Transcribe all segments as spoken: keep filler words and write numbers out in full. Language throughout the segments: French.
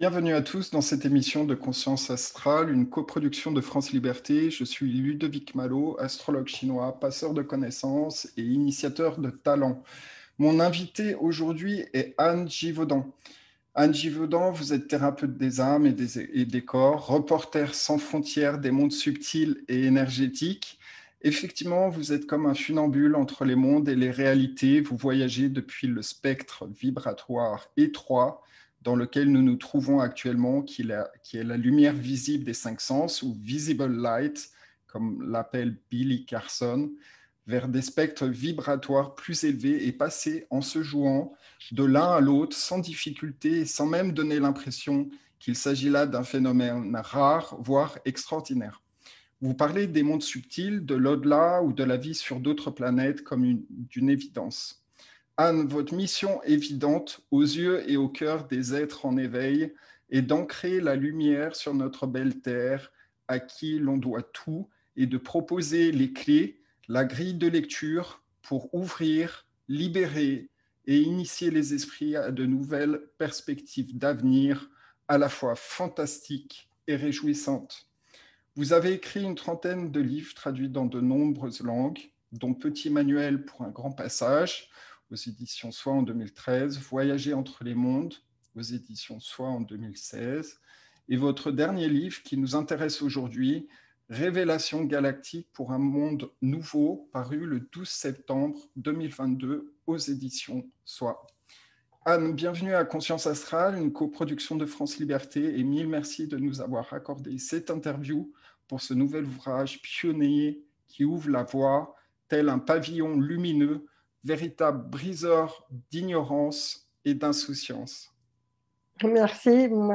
Bienvenue à tous dans cette émission de Conscience Astrale, une coproduction de France Liberté. Je suis Ludovic Malo, astrologue chinois, passeur de connaissances et initiateur de talents. Mon invité aujourd'hui est Anne Givaudan. Anne Givaudan, vous êtes thérapeute des âmes et des, et des corps, reporter sans frontières des mondes subtils et énergétiques. Effectivement, vous êtes comme un funambule entre les mondes et les réalités. Vous voyagez depuis le spectre vibratoire étroit dans lequel nous nous trouvons actuellement, qui est la, qui est la lumière visible des cinq sens, ou visible light, comme l'appelle Billy Carson, vers des spectres vibratoires plus élevés et passer en se jouant de l'un à l'autre sans difficulté et sans même donner l'impression qu'il s'agit là d'un phénomène rare, voire extraordinaire. Vous parlez des mondes subtils, de l'au-delà ou de la vie sur d'autres planètes comme une, d'une évidence. Anne, votre mission évidente aux yeux et au cœur des êtres en éveil est d'ancrer la lumière sur notre belle terre à qui l'on doit tout et de proposer les clés, la grille de lecture pour ouvrir, libérer et initier les esprits à de nouvelles perspectives d'avenir à la fois fantastiques et réjouissantes. Vous avez écrit une trentaine de livres traduits dans de nombreuses langues, dont Petit manuel pour un grand passage, aux éditions Soi en deux mille treize, Voyager entre les mondes, aux éditions Soi en deux mille seize, et votre dernier livre qui nous intéresse aujourd'hui, Révélation galactique pour un monde nouveau, paru le douze septembre deux mille vingt-deux aux éditions Soi. Anne, bienvenue à Conscience Astrale, une coproduction de France Liberté, et mille merci de nous avoir accordé cette interview pour ce nouvel ouvrage pionnier qui ouvre la voie, tel un pavillon lumineux, véritable briseur d'ignorance et d'insouciance. Merci,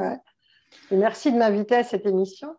et merci de m'inviter à cette émission.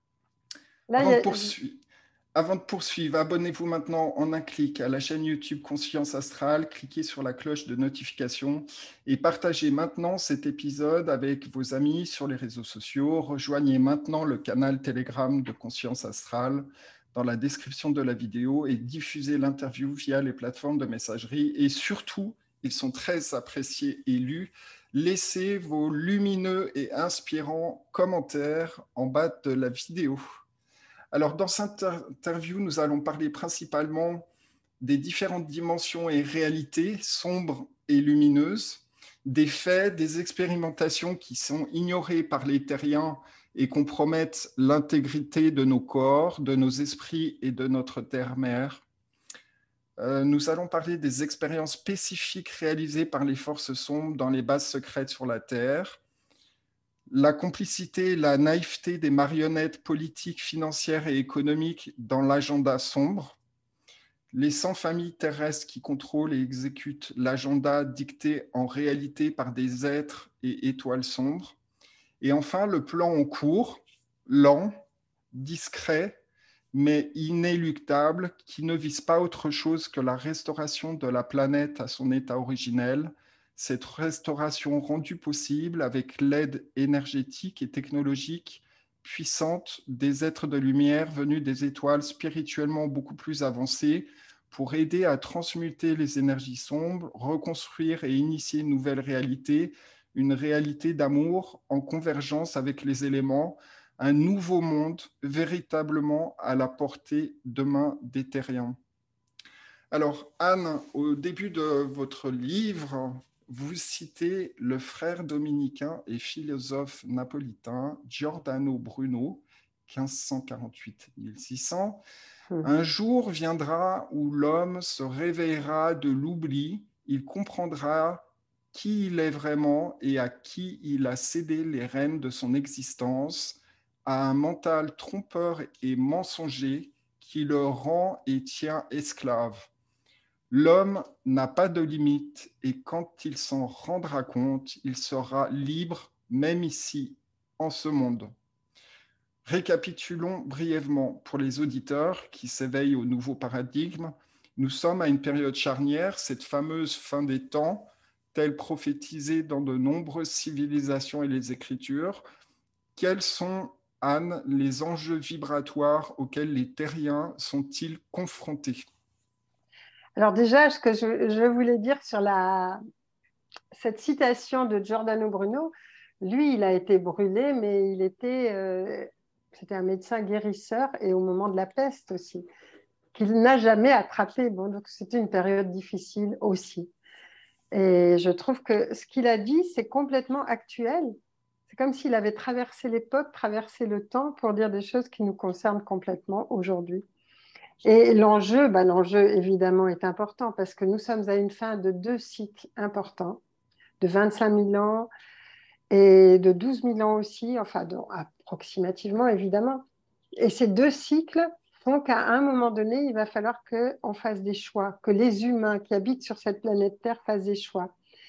Là, Avant il y de a... poursuivre, Avant de poursuivre, abonnez-vous maintenant en un clic à la chaîne YouTube Conscience Astrale, cliquez sur la cloche de notification et partagez maintenant cet épisode avec vos amis sur les réseaux sociaux. Rejoignez maintenant le canal Telegram de Conscience Astrale dans la description de la vidéo et diffusez l'interview via les plateformes de messagerie. Et surtout, ils sont très appréciés et lus. Laissez vos lumineux et inspirants commentaires en bas de la vidéo. Alors, dans cette interview, nous allons parler principalement des différentes dimensions et réalités sombres et lumineuses, des faits, des expérimentations qui sont ignorées par les terriens et compromettent l'intégrité de nos corps, de nos esprits et de notre terre-mère. Euh, nous allons parler des expériences spécifiques réalisées par les forces sombres dans les bases secrètes sur la Terre, la complicité, la naïveté des marionnettes politiques, financières et économiques dans l'agenda sombre, les cent familles terrestres qui contrôlent et exécutent l'agenda dicté en réalité par des êtres et étoiles sombres, et enfin le plan en cours, lent, discret, mais inéluctable, qui ne vise pas autre chose que la restauration de la planète à son état originel, cette restauration rendue possible avec l'aide énergétique et technologique puissante des êtres de lumière venus des étoiles spirituellement beaucoup plus avancées pour aider à transmuter les énergies sombres, reconstruire et initier une nouvelle réalité, une réalité d'amour en convergence avec les éléments, un nouveau monde véritablement à la portée de main des terriens. Alors, Anne, au début de votre livre, vous citez le frère dominicain et philosophe napolitain Giordano Bruno, quinze cent quarante-huit à mille six cents. Un jour viendra où l'homme se réveillera de l'oubli, il comprendra qui il est vraiment et à qui il a cédé les rênes de son existence, à un mental trompeur et mensonger qui le rend et tient esclave. L'homme n'a pas de limite et quand il s'en rendra compte, il sera libre, même ici, en ce monde. Récapitulons brièvement pour les auditeurs qui s'éveillent au nouveau paradigme. Nous sommes à une période charnière, cette fameuse fin des temps, telle prophétisée dans de nombreuses civilisations et les Écritures. Quels sont, Anne, les enjeux vibratoires auxquels les terriens sont-ils confrontés? Alors déjà, ce que je, je voulais dire sur la, cette citation de Giordano Bruno, Lui, il a été brûlé, mais il était, euh, c'était un médecin guérisseur et au moment de la peste aussi, qu'il n'a jamais attrapé. Bon, donc c'était une période difficile aussi. Et je trouve que ce qu'il a dit, c'est complètement actuel. C'est comme s'il avait traversé l'époque, traversé le temps pour dire des choses qui nous concernent complètement aujourd'hui. Et l'enjeu, ben, l'enjeu évidemment est important parce que nous sommes à une fin de deux cycles importants, de vingt-cinq mille ans et de douze mille ans aussi, enfin de- approximativement évidemment. Et ces deux cycles font qu'à un moment donné, il va falloir qu'on fasse des choix, que les humains qui habitent sur cette planète Terre fassent des choix.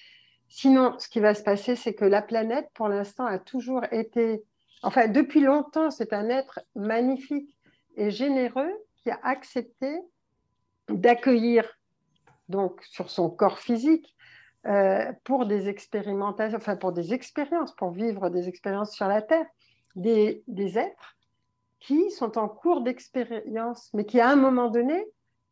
Sinon, ce qui va se passer, c'est que la planète, pour l'instant, a toujours été, enfin, depuis longtemps, c'est un être magnifique et généreux qui a accepté d'accueillir, donc, sur son corps physique, euh, pour des expérimentations, enfin, pour des expériences, pour vivre des expériences sur la Terre, des, des êtres qui sont en cours d'expérience, mais qui, à un moment donné,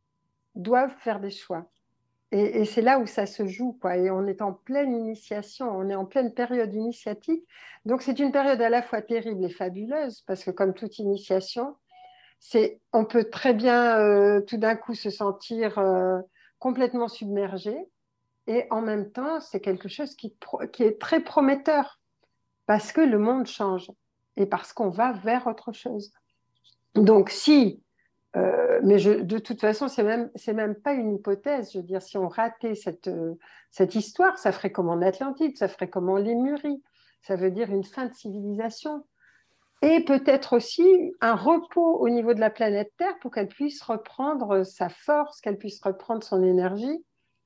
doivent faire des choix. Et, et c'est là où ça se joue, quoi. Et on est en pleine initiation, on est en pleine période initiatique. Donc, c'est une période à la fois terrible et fabuleuse, parce que comme toute initiation, c'est, on peut très bien euh, tout d'un coup se sentir euh, complètement submergé. Et en même temps, c'est quelque chose qui, qui est très prometteur, parce que le monde change et parce qu'on va vers autre chose. Donc, si euh, mais je, de toute façon, c'est même, c'est même pas une hypothèse. Je veux dire, si on ratait cette, euh, cette histoire, ça ferait comme en Atlantide, ça ferait comme en Lémurie. Ça veut dire une fin de civilisation. Et peut-être aussi un repos au niveau de la planète Terre pour qu'elle puisse reprendre sa force, qu'elle puisse reprendre son énergie.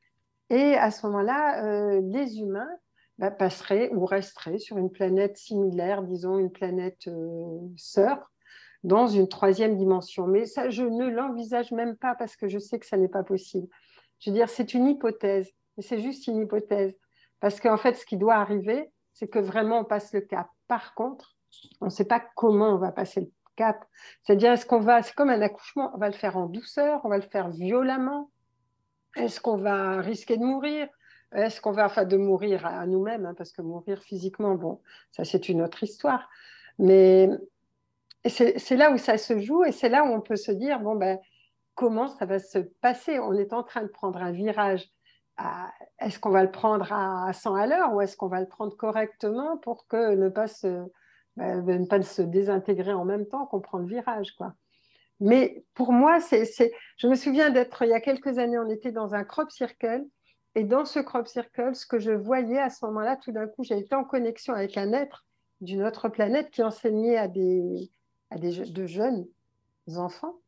Et à ce moment-là, euh, les humains bah, passeraient ou resteraient sur une planète similaire, disons une planète euh, sœur, dans une troisième dimension. Mais ça, je ne l'envisage même pas parce que je sais que ça n'est pas possible. Je veux dire, c'est une hypothèse, mais c'est juste une hypothèse. Parce qu'en fait, ce qui doit arriver, c'est que vraiment on passe le cap. Par contre, on ne sait pas comment on va passer le cap. C'est-à-dire, est-ce qu'on va, c'est comme un accouchement, on va le faire en douceur, on va le faire violemment. Est-ce qu'on va risquer de mourir? Est-ce qu'on va, enfin, de mourir à nous-mêmes, hein, parce que mourir physiquement, bon, ça c'est une autre histoire. Mais c'est c'est là où ça se joue et c'est là où on peut se dire, bon, ben, comment ça va se passer? On est en train de prendre un virage. à- Est-ce qu'on va le prendre à cent à l'heure ou est-ce qu'on va le prendre correctement pour que ne pas se, ben, ne pas se désintégrer en même temps qu'on prend le virage, quoi. Mais pour moi, c'est, c'est... je me souviens d'être, il y a quelques années, on était dans un crop circle. Et dans ce crop circle, ce que je voyais à ce moment-là, tout d'un coup, j'ai été en connexion avec un être d'une autre planète qui enseignait à des, à des de jeunes enfants.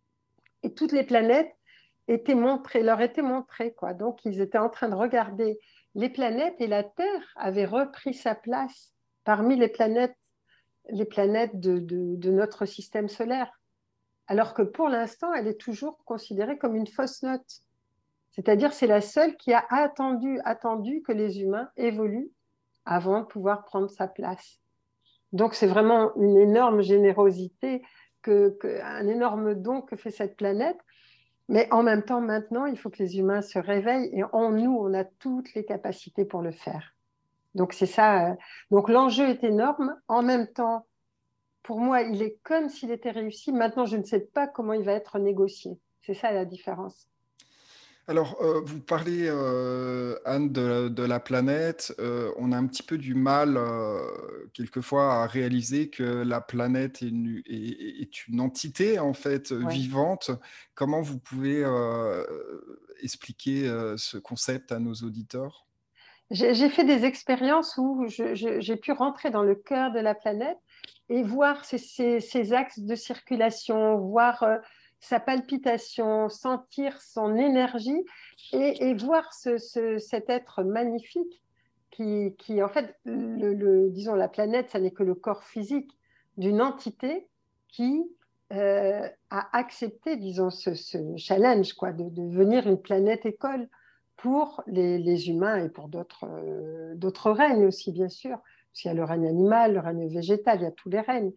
Et toutes les planètes étaient montrées, leur étaient montrées, quoi. Donc, ils étaient en train de regarder les planètes et la Terre avait repris sa place parmi les planètes, les planètes de, de, de notre système solaire. Alors que pour l'instant, elle est toujours considérée comme une fausse note. C'est-à-dire, c'est la seule qui a attendu, attendu que les humains évoluent avant de pouvoir prendre sa place. Donc, c'est vraiment une énorme générosité, que, que, un énorme don que fait cette planète. Mais en même temps, maintenant, il faut que les humains se réveillent et en nous, on a toutes les capacités pour le faire. Donc, c'est ça. Donc, l'enjeu est énorme. En même temps, pour moi, il est comme s'il était réussi. Maintenant, je ne sais pas comment il va être négocié. C'est ça la différence. Alors, euh, vous parlez, euh, Anne, de, de la planète. Euh, on a un petit peu du mal, euh, quelquefois, à réaliser que la planète est une, est- est une entité, en fait, Ouais. vivante. Comment vous pouvez euh, expliquer euh, ce concept à nos auditeurs? J'ai j'ai fait des expériences où je- je- j'ai pu rentrer dans le cœur de la planète et voir ses, ses- ses axes de circulation, voir euh, sa palpitation, sentir son énergie et, et voir ce- ce- cet être magnifique qui, qui en fait, le, le- disons, la planète, ça n'est que le corps physique d'une entité qui euh, a accepté, disons, ce, ce challenge, quoi, de, de devenir une planète école pour les, les humains et pour d'autres euh, d'autres règnes aussi, bien sûr. Parce qu'il y a le règne animal, le règne végétal, il y a tous les règnes.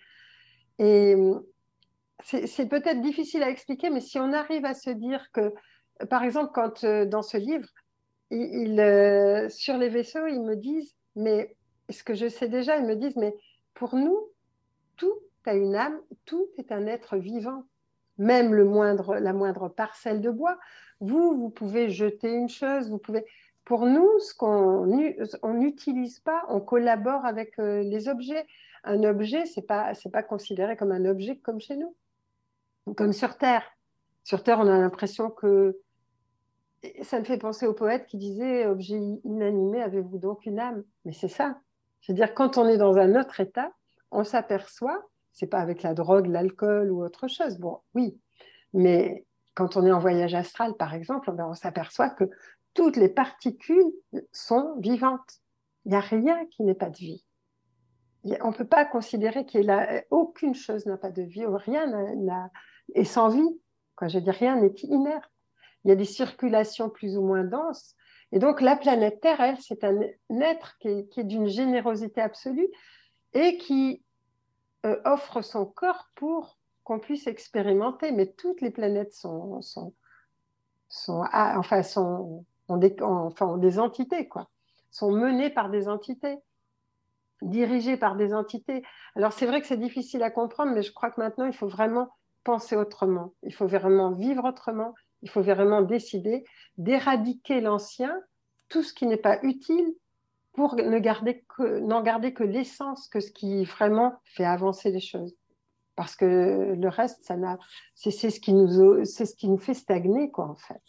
Et c'est c'est peut-être difficile à expliquer, mais si on arrive à se dire que, par exemple, quand euh, dans ce livre, il, il, euh, sur les vaisseaux, ils me disent, mais ce que je sais déjà, ils me disent, mais pour nous, tout a une âme, tout est un être vivant. Même le moindre, la moindre parcelle de bois. Vous, vous pouvez jeter une chose, vous pouvez... Pour nous, ce qu'on on n'utilise pas, on collabore avec euh, les objets. Un objet, c'est pas, c'est pas considéré comme un objet comme chez nous, comme sur Terre. Sur Terre, on a l'impression que... Ça me fait penser au poète qui disait, objet inanimé, avez-vous donc une âme? Mais c'est ça. C'est-à-dire, quand on est dans un autre état, on s'aperçoit, c'est pas avec la drogue, l'alcool ou autre chose. Bon, oui, mais quand on est en voyage astral, par exemple, ben, on s'aperçoit que toutes les particules sont vivantes. Il n'y a rien qui n'ait pas de vie. On ne peut pas considérer qu'il y a aucune chose n'a pas de vie, ou rien n'a, est sans vie. Quoi, je veux dire, rien n'est inerte. Il y a des circulations plus ou moins denses. Et donc, la planète Terre, elle, c'est un être qui est, qui est d'une générosité absolue et qui euh, offre son corps pour qu'on puisse expérimenter. Mais toutes les planètes sont, sont, sont, ah, enfin, sont ont des, enfin, ont des entités, quoi. Sont menées par des entités, dirigées par des entités. Alors, c'est vrai que c'est difficile à comprendre, mais je crois que maintenant, il faut vraiment penser autrement. Il faut vraiment vivre autrement. Il faut vraiment décider d'éradiquer l'ancien, tout ce qui n'est pas utile, pour ne garder que, n'en garder que l'essence, que ce qui vraiment fait avancer les choses. Parce que le reste, ça n'a, c'est, c'est, ce qui nous, c'est ce qui nous fait stagner, quoi, en fait.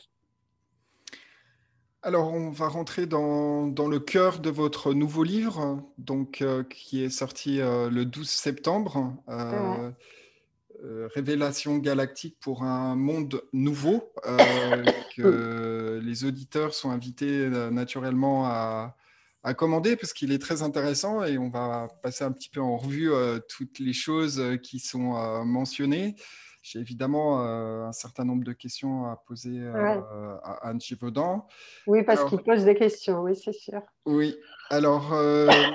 Alors, on va rentrer dans, dans le cœur de votre nouveau livre, donc, euh, qui est sorti euh, le douze septembre, Ouais. euh, euh, Révélation galactique pour un monde nouveau, euh, Mm. que les auditeurs sont invités euh, naturellement à, à commander, parce qu'il est très intéressant et on va passer un petit peu en revue euh, toutes les choses qui sont euh, mentionnées. J'ai évidemment euh, un certain nombre de questions à poser euh, Ouais. à Anne Givaudan. Oui, parce Alors, qu'il pose des questions, oui, c'est sûr. oui, alors euh,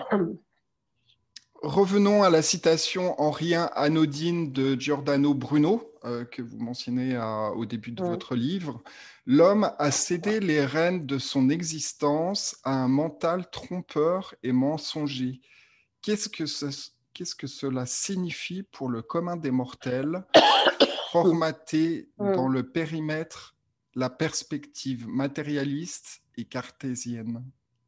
revenons à la citation en rien anodine de Giordano Bruno, euh, que vous mentionnez à- au début de Mm. votre livre. L'homme a cédé les rênes de son existence à un mental trompeur et mensonger. Qu'est-ce que ce- qu'est-ce que cela signifie pour le commun des mortels, formaté dans Mm. le périmètre, la perspective matérialiste et cartésienne?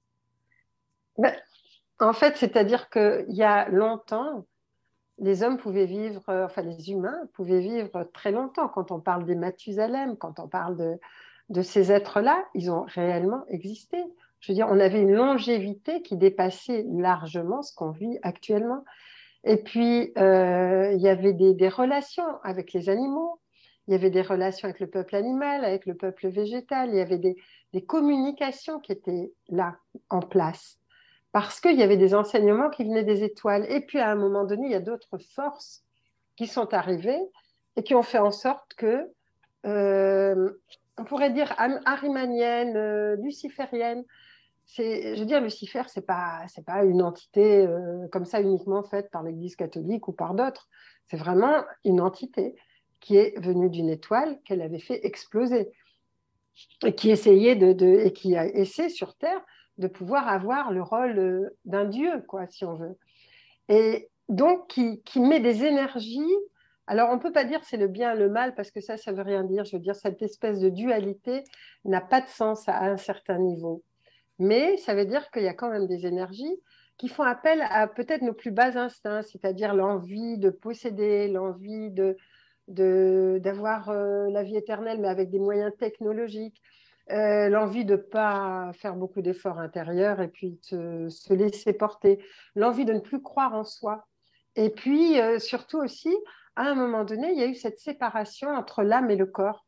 Ben, en fait, c'est-à-dire qu'il y a longtemps, les hommes pouvaient vivre, euh, enfin les humains pouvaient vivre très longtemps. Quand on parle des Mathusalem, quand on parle de, de ces êtres-là, ils ont réellement existé. Je veux dire, on avait une longévité qui dépassait largement ce qu'on vit actuellement. Et puis, euh, il y avait des, des relations avec les animaux, il y avait des relations avec le peuple animal, avec le peuple végétal, il y avait des, des communications qui étaient là, en place, parce qu'il y avait des enseignements qui venaient des étoiles. Et puis, à un moment donné, il y a d'autres forces qui sont arrivées et qui ont fait en sorte que, euh, on pourrait dire, arimanienne, euh, luciférienne, c'est, je veux dire, Lucifer, c'est pas, c'est pas une entité euh, comme ça uniquement faite par l'Église catholique ou par d'autres. C'est vraiment une entité qui est venue d'une étoile qu'elle avait fait exploser et qui essayait de, de et qui a essayé sur Terre de pouvoir avoir le rôle euh, d'un dieu, quoi, si on veut. Et donc qui, qui met des énergies. Alors, on ne peut pas dire c'est le bien et le mal parce que ça, ça ne veut rien dire. Je veux dire, cette espèce de dualité n'a pas de sens à un certain niveau. Mais ça veut dire qu'il y a quand même des énergies qui font appel à peut-être nos plus bas instincts, c'est-à-dire l'envie de posséder, l'envie de, de, d'avoir euh, la vie éternelle, mais avec des moyens technologiques, euh, l'envie de ne pas faire beaucoup d'efforts intérieurs et puis de se laisser porter, l'envie de ne plus croire en soi. Et puis, euh, surtout aussi, à un moment donné, il y a eu cette séparation entre l'âme et le corps.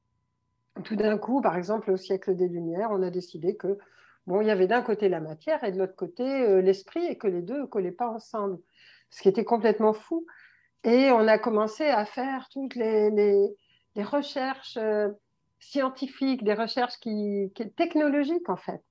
Tout d'un coup, par exemple, au siècle des Lumières, on a décidé que bon, il y avait d'un côté la matière et de l'autre côté euh, l'esprit et que les deux ne collaient pas ensemble, ce qui était complètement fou. Et on a commencé à faire toutes les, les, les recherches euh, scientifiques, des recherches qui, qui, technologiques en fait.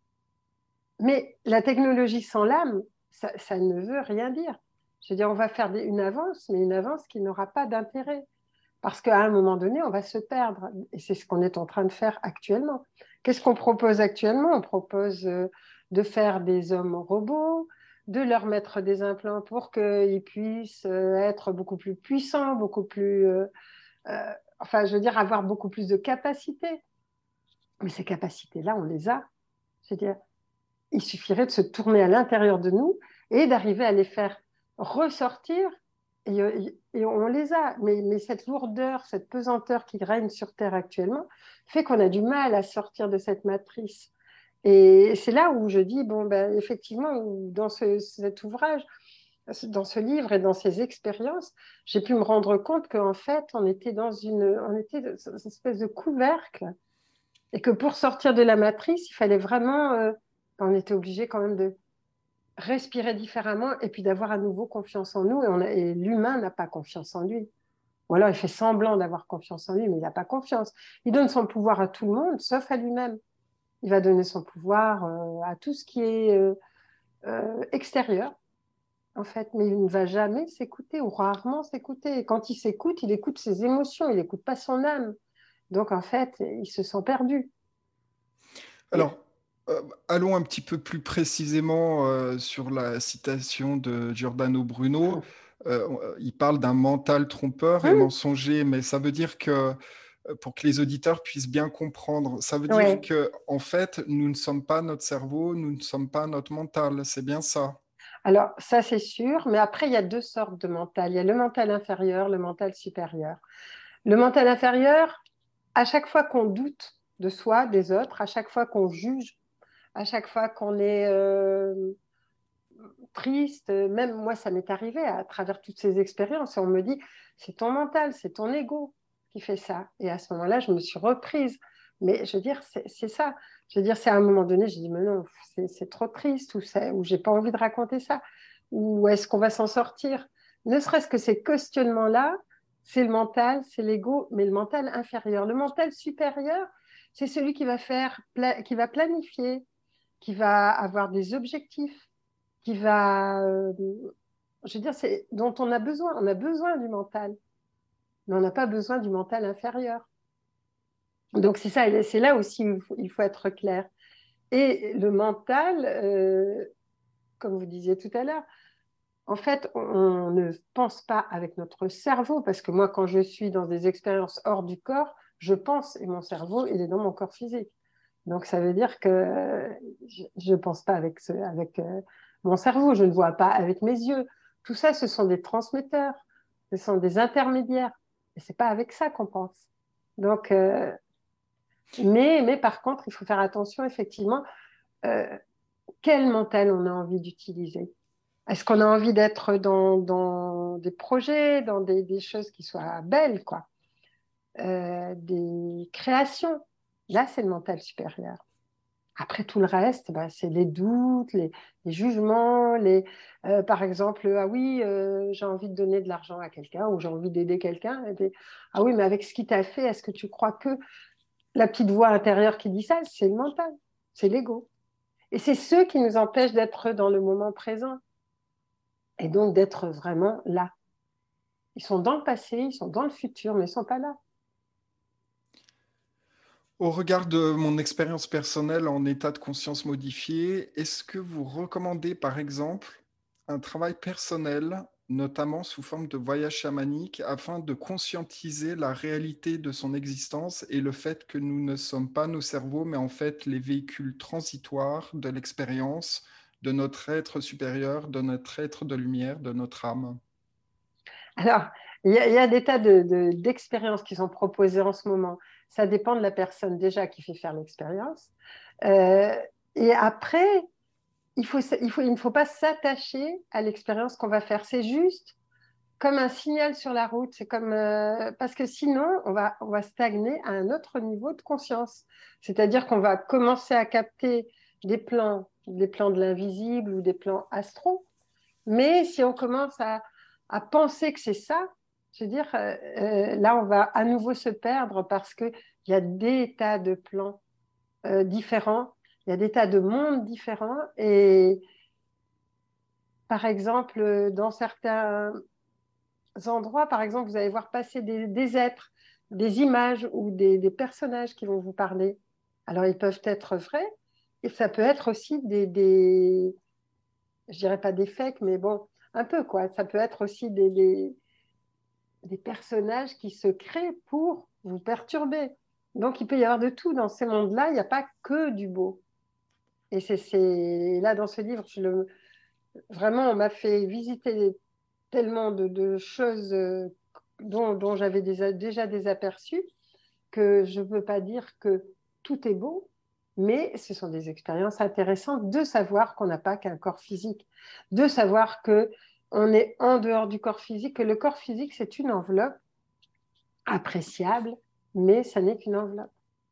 Mais la technologie sans l'âme, ça, ça ne veut rien dire. Je veux dire, on va faire des, une avance, mais une avance qui n'aura pas d'intérêt. Parce qu'à un moment donné, on va se perdre. Et c'est ce qu'on est en train de faire actuellement. Qu'est-ce qu'on propose actuellement? On propose euh, de faire des hommes robots, de leur mettre des implants pour qu'ils puissent euh, être beaucoup plus puissants, beaucoup plus, euh, euh, enfin, je veux dire, avoir beaucoup plus de capacités. Mais ces capacités-là, on les a. C'est-à-dire, il suffirait de se tourner à l'intérieur de nous et d'arriver à les faire ressortir. Et, et on les a. Mais, mais cette lourdeur, cette pesanteur qui règne sur Terre actuellement fait qu'on a du mal à sortir de cette matrice. Et c'est là où je dis, bon, ben, effectivement, dans ce, cet ouvrage, dans ce livre et dans ces expériences, j'ai pu me rendre compte qu'en fait, on était dans une, on était dans une espèce de couvercle et que pour sortir de la matrice, il fallait vraiment, euh, on était obligé quand même de respirer différemment et puis d'avoir à nouveau confiance en nous. Et, on a- et l'humain n'a pas confiance en lui. Ou alors il fait semblant d'avoir confiance en lui, mais il n'a pas confiance. Il donne son pouvoir à tout le monde, sauf à lui-même. Il va donner son pouvoir euh, à tout ce qui est euh, euh, extérieur, en fait, mais il ne va jamais s'écouter ou rarement s'écouter. Et quand il s'écoute, il écoute ses émotions, il n'écoute pas son âme. Donc, en fait, il se sent perdu. Et, Alors, euh, allons un petit peu plus précisément euh, sur la citation de Giordano Bruno. Euh, il parle d'un mental trompeur et hum, mensonger, mais ça veut dire que, euh, pour que les auditeurs puissent bien comprendre, ça veut dire ouais. que, en fait, nous ne sommes pas notre cerveau, nous ne sommes pas notre mental. C'est bien ça. Alors, ça, c'est sûr, mais après, il y a deux sortes de mental. Il y a le mental inférieur, le mental supérieur. Le mental inférieur, à chaque fois qu'on doute de soi, des autres, à chaque fois qu'on juge, à chaque fois qu'on est euh, triste. Même moi, ça m'est arrivé à travers toutes ces expériences. Et on me dit, c'est ton mental, c'est ton ego qui fait ça. Et à ce moment-là, je me suis reprise. Mais je veux dire, c'est ça. Je veux dire, c'est à un moment donné, j'ai dit, mais non, c'est trop triste ou, ou j'ai pas envie de raconter ça. Ou est-ce qu'on va s'en sortir? Ne serait-ce que ces questionnements-là, c'est le mental, c'est l'ego, mais le mental inférieur. Le mental supérieur, c'est celui qui va faire, qui va planifier, qui va avoir des objectifs, qui va, euh, je veux dire, c'est dont on a besoin. On a besoin du mental, mais on n'a pas besoin du mental inférieur. Donc c'est ça, c'est là aussi où il faut, il faut être clair. Et le mental, euh, comme vous disiez tout à l'heure, en fait, on ne pense pas avec notre cerveau, parce que moi, quand je suis dans des expériences hors du corps, je pense et mon cerveau, il est dans mon corps physique. Donc ça veut dire que je ne pense pas avec, ce, avec euh, mon cerveau, je ne vois pas avec mes yeux. Tout ça, ce sont des transmetteurs, ce sont des intermédiaires. Et c'est pas avec ça qu'on pense. Donc, euh, mais, mais par contre, il faut faire attention, effectivement, euh, quel mental on a envie d'utiliser. Est-ce qu'on a envie d'être dans, dans des projets, dans des, des choses qui soient belles, quoi, euh, des créations? Là, c'est le mental supérieur. Après, tout le reste, bah, c'est les doutes, les, les jugements, les, euh, par exemple, ah oui, euh, j'ai envie de donner de l'argent à quelqu'un ou j'ai envie d'aider quelqu'un. Et puis, ah oui, mais avec ce qu'il t'a fait, est-ce que tu crois que la petite voix intérieure qui dit ça, c'est le mental, c'est l'ego. Et c'est ceux qui nous empêchent d'être dans le moment présent et donc d'être vraiment là. Ils sont dans le passé, ils sont dans le futur, mais ils ne sont pas là. Au regard de mon expérience personnelle en état de conscience modifié, est-ce que vous recommandez par exemple un travail personnel, notamment sous forme de voyage chamanique, afin de conscientiser la réalité de son existence et le fait que nous ne sommes pas nos cerveaux, mais en fait les véhicules transitoires de l'expérience de notre être supérieur, de notre être de lumière, de notre âme? Alors, il y, a, il y a des tas de, de, d'expériences qui sont proposées en ce moment. Ça dépend de la personne déjà qui fait faire l'expérience. Euh, et après, il, faut, il, faut, il ne faut pas s'attacher à l'expérience qu'on va faire. C'est juste comme un signal sur la route. C'est comme euh, parce que sinon, on va, on va stagner à un autre niveau de conscience. C'est-à-dire qu'on va commencer à capter des plans, des plans de l'invisible ou des plans astraux. Mais si on commence à, à penser que c'est ça, je veux dire, euh, euh, là, on va à nouveau se perdre parce qu'il y a des tas de plans euh, différents, il y a des tas de mondes différents. Et par exemple, dans certains endroits, par exemple, vous allez voir passer des, des êtres, des images ou des, des, personnages qui vont vous parler. Alors, ils peuvent être vrais et ça peut être aussi des, des, je dirais pas des fakes, mais bon, un peu quoi. Ça peut être aussi des, des, des personnages qui se créent pour vous perturber. Donc, il peut y avoir de tout dans ces mondes-là. Il n'y a pas que du beau. Et c'est c'est- là, dans ce livre, je le, vraiment, on m'a fait visiter tellement de, de choses euh, dont, dont j'avais des- déjà des aperçus que je ne peux pas dire que tout est beau, mais ce sont des expériences intéressantes de savoir qu'on n'a pas qu'un corps physique, de savoir que on est en dehors du corps physique, que le corps physique, c'est une enveloppe appréciable, mais ça n'est qu'une enveloppe.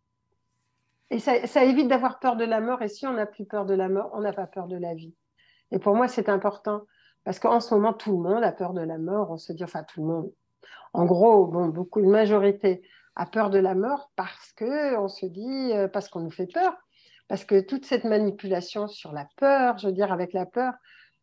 Et ça, ça évite d'avoir peur de la mort, et si on n'a plus peur de la mort, on n'a pas peur de la vie. Et pour moi, c'est important, parce qu'en ce moment, tout le monde a peur de la mort, on se dit, enfin tout le monde, en gros, bon, beaucoup, une majorité a peur de la mort parce que on se dit, euh, parce qu'on nous fait peur, parce que toute cette manipulation sur la peur, je veux dire, avec la peur,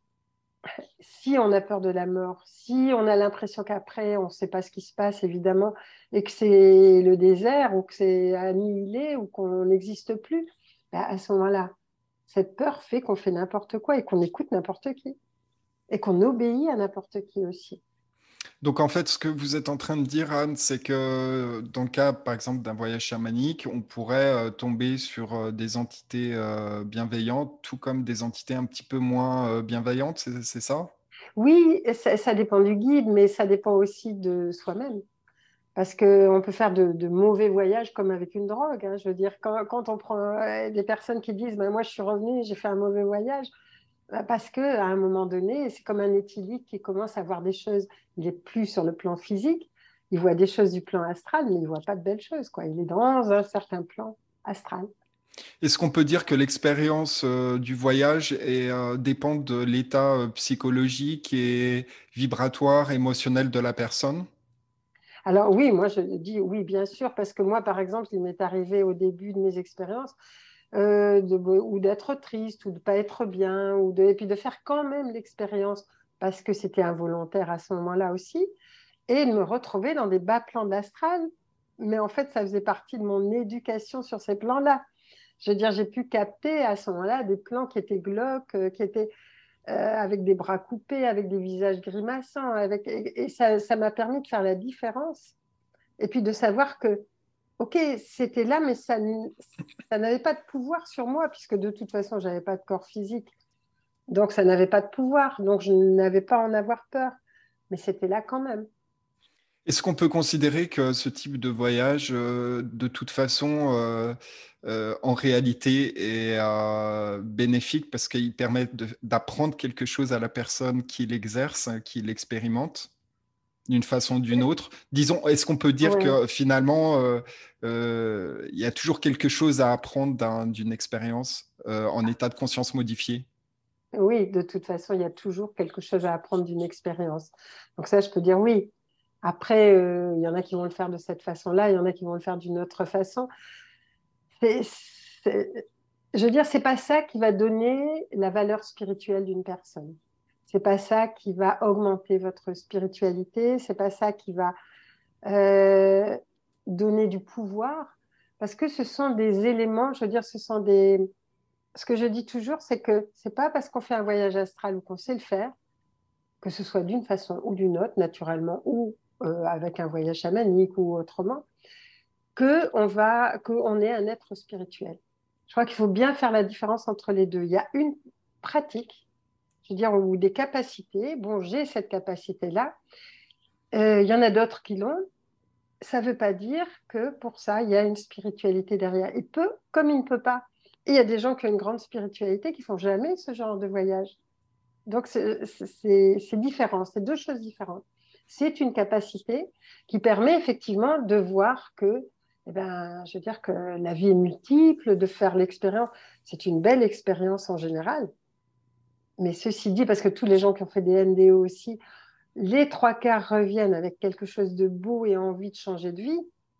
si on a peur de la mort, si on a l'impression qu'après, on ne sait pas ce qui se passe, évidemment, et que c'est le désert, ou que c'est annihilé, ou qu'on n'existe plus, bah, à ce moment-là, cette peur fait qu'on fait n'importe quoi et qu'on écoute n'importe qui, et qu'on obéit à n'importe qui aussi. Donc en fait, ce que vous êtes en train de dire, Anne, c'est que dans le cas, par exemple, d'un voyage chamanique, on pourrait euh, tomber sur euh, des entités euh, bienveillantes, tout comme des entités un petit peu moins euh, bienveillantes, c'est c'est ça? Oui, ça, ça dépend du guide, mais ça dépend aussi de soi-même. Parce qu'on peut faire de, de mauvais voyages comme avec une drogue, hein. Je veux dire, quand, quand on prend euh, des personnes qui disent, ben, moi je suis revenue, j'ai fait un mauvais voyage, ben, parce qu'à un moment donné, c'est comme un éthylique qui commence à voir des choses, il n'est plus sur le plan physique, il voit des choses du plan astral, mais il ne voit pas de belles choses, quoi. Il est dans un certain plan astral. Est-ce qu'on peut dire que l'expérience euh, du voyage est, euh, dépend de l'état euh, psychologique et vibratoire, émotionnel de la personne? Alors oui, moi je dis oui, bien sûr, parce que moi, par exemple, il m'est arrivé au début de mes expériences euh, de, ou d'être triste, ou de pas être bien, ou de, et puis de faire quand même l'expérience, parce que c'était involontaire à ce moment-là aussi, et de me retrouver dans des bas plans de l'astral. Mais en fait, ça faisait partie de mon éducation sur ces plans-là. Je veux dire, j'ai pu capter à ce moment-là des plans qui étaient glauques, euh, qui étaient euh, avec des bras coupés, avec des visages grimaçants, avec... et, et ça, ça m'a permis de faire la différence. Et puis de savoir que ok, c'était là, mais ça, ça n'avait pas de pouvoir sur moi, puisque de toute façon, je n'avais pas de corps physique. Donc, ça n'avait pas de pouvoir. Donc, je n'avais pas à en avoir peur. Mais c'était là quand même. Est-ce qu'on peut considérer que ce type de voyage, euh, de toute façon, euh, euh, en réalité, est euh, bénéfique parce qu'il permet de- d'apprendre quelque chose à la personne qui l'exerce, qui l'expérimente d'une façon ou d'une autre? Disons, est-ce qu'on peut dire Ouais. que finalement, euh, euh, il y a toujours quelque chose à apprendre d'un- d'une expérience euh, en état de conscience modifié? Oui, de toute façon, il y a toujours quelque chose à apprendre d'une expérience. Donc ça, je peux dire oui. Après, euh, il y en a qui vont le faire de cette façon-là, il y en a qui vont le faire d'une autre façon. C'est, c'est- je veux dire, c'est pas ça qui va donner la valeur spirituelle d'une personne. C'est pas ça qui va augmenter votre spiritualité. C'est pas ça qui va euh, donner du pouvoir, parce que ce sont des éléments. Je veux dire, ce sont des. Ce que je dis toujours, c'est que c'est pas parce qu'on fait un voyage astral ou qu'on sait le faire, que ce soit d'une façon ou d'une autre, naturellement, ou euh, avec un voyage chamanique ou autrement, que on va, qu'on est un être spirituel. Je crois qu'il faut bien faire la différence entre les deux. Il y a une pratique, je veux dire, ou des capacités. Bon, j'ai cette capacité-là. Euh, il y en a d'autres qui l'ont. Ça ne veut pas dire que pour ça, il y a une spiritualité derrière. Il peut, comme il ne peut pas. Et il y a des gens qui ont une grande spiritualité qui font jamais ce genre de voyage. Donc, c'est c'est- c'est différent. C'est deux choses différentes. C'est une capacité qui permet effectivement de voir que, eh ben, je veux dire que la vie est multiple, de faire l'expérience. C'est une belle expérience en général. Mais ceci dit, parce que tous les gens qui ont fait des N D O aussi, les trois quarts reviennent avec quelque chose de beau et envie de changer de vie.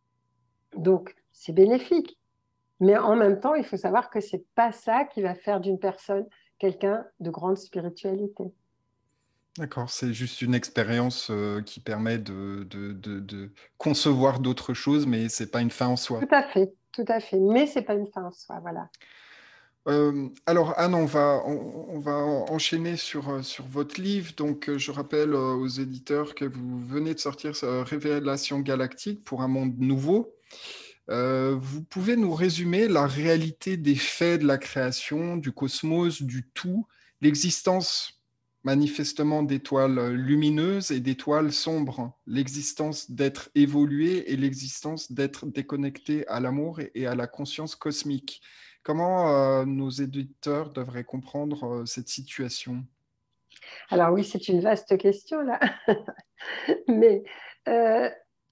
Donc, c'est bénéfique. Mais en même temps, il faut savoir que c'est pas ça qui va faire d'une personne quelqu'un de grande spiritualité. D'accord, c'est juste une expérience euh, qui permet de, de, de- de concevoir d'autres choses, mais c'est pas une fin en Tout soi. à fait, tout à fait. Mais c'est pas une fin en soi, voilà. Euh, alors, Anne, on va, on, on va enchaîner sur, euh, sur votre livre. Donc, euh, je rappelle euh, aux éditeurs que vous venez de sortir euh, Révélation galactique pour un monde nouveau. Euh, vous pouvez nous résumer la réalité des faits de la création, du cosmos, du tout, l'existence manifestement d'étoiles lumineuses et d'étoiles sombres, l'existence d'êtres évolués et l'existence d'êtres déconnectés à l'amour et et à la conscience cosmique. Comment euh, nos éditeurs devraient comprendre euh, cette situation? Alors oui, c'est une vaste question là, mais euh,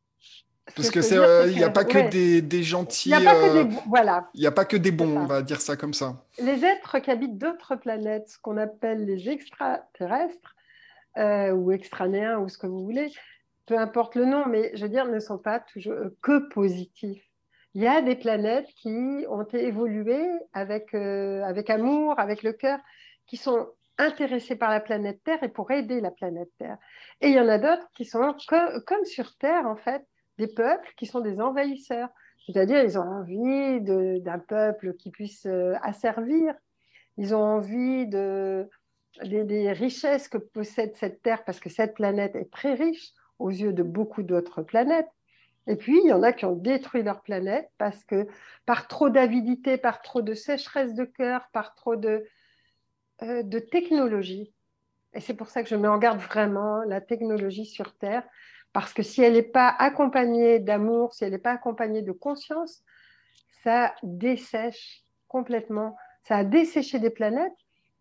ce que Parce je que peux c'est, dire, c'est euh, il n'y a que pas que ouais, des, des il n'y a gentils, pas que euh, des voilà, il n'y a pas que des c'est bons, on ça. va dire ça comme ça. Les êtres qui habitent d'autres planètes, ce qu'on appelle les extraterrestres euh, ou extranéens ou ce que vous voulez, peu importe le nom, mais je veux dire, ne sont pas toujours euh, que positifs. Il y a des planètes qui ont évolué avec, euh, avec amour, avec le cœur, qui sont intéressées par la planète Terre et pour aider la planète Terre. Et il y en a d'autres qui sont comme, comme sur Terre, en fait, des peuples qui sont des envahisseurs. C'est-à-dire, ils ont envie de- d'un peuple qui puisse euh, asservir. Ils ont envie de, des, des richesses que possède cette Terre, parce que cette planète est très riche aux yeux de beaucoup d'autres planètes. Et puis, il y en a qui ont détruit leur planète parce que par trop d'avidité, par trop de sécheresse de cœur, par trop de, euh, de technologie. Et c'est pour ça que je mets en garde vraiment la technologie sur Terre, parce que si elle n'est pas accompagnée d'amour, si elle n'est pas accompagnée de conscience, ça dessèche complètement. Ça a desséché des planètes,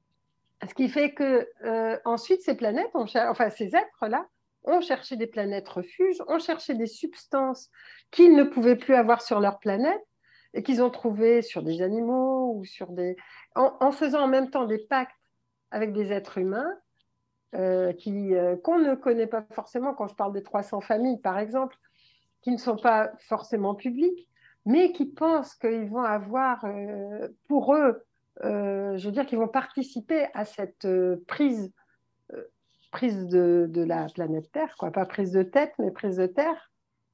ce qui fait que euh, ensuite ces planètes, ont cher- enfin ces êtres-là, ont cherché des planètes refuges, ont cherché des substances qu'ils ne pouvaient plus avoir sur leur planète et qu'ils ont trouvées sur des animaux ou sur des, en, en faisant en même temps des pactes avec des êtres humains euh, qui euh, qu'on ne connaît pas forcément. Quand je parle des trois cents familles, par exemple, qui ne sont pas forcément publics, mais qui pensent qu'ils vont avoir euh, pour eux, euh, je veux dire, qu'ils vont participer à cette euh, prise, euh, prise de, de, la planète Terre, quoi. Pas prise de tête, mais prise de terre,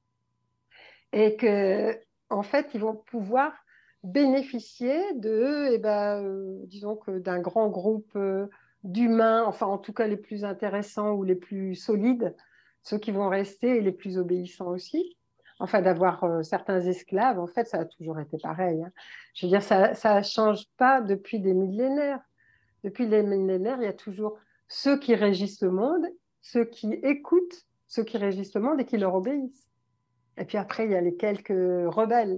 et que en fait, ils vont pouvoir bénéficier de, eh ben, euh, disons que d'un grand groupe euh, d'humains, enfin en tout cas les plus intéressants ou les plus solides, ceux qui vont rester et les plus obéissants aussi. Enfin, d'avoir euh, certains esclaves, en fait, ça a toujours été pareil, hein. Je veux dire, ça ne change pas depuis des millénaires. Depuis les millénaires, il y a toujours ceux qui régissent le monde, ceux qui écoutent, ceux qui régissent le monde et qui leur obéissent. Et puis après, il y a les quelques rebelles.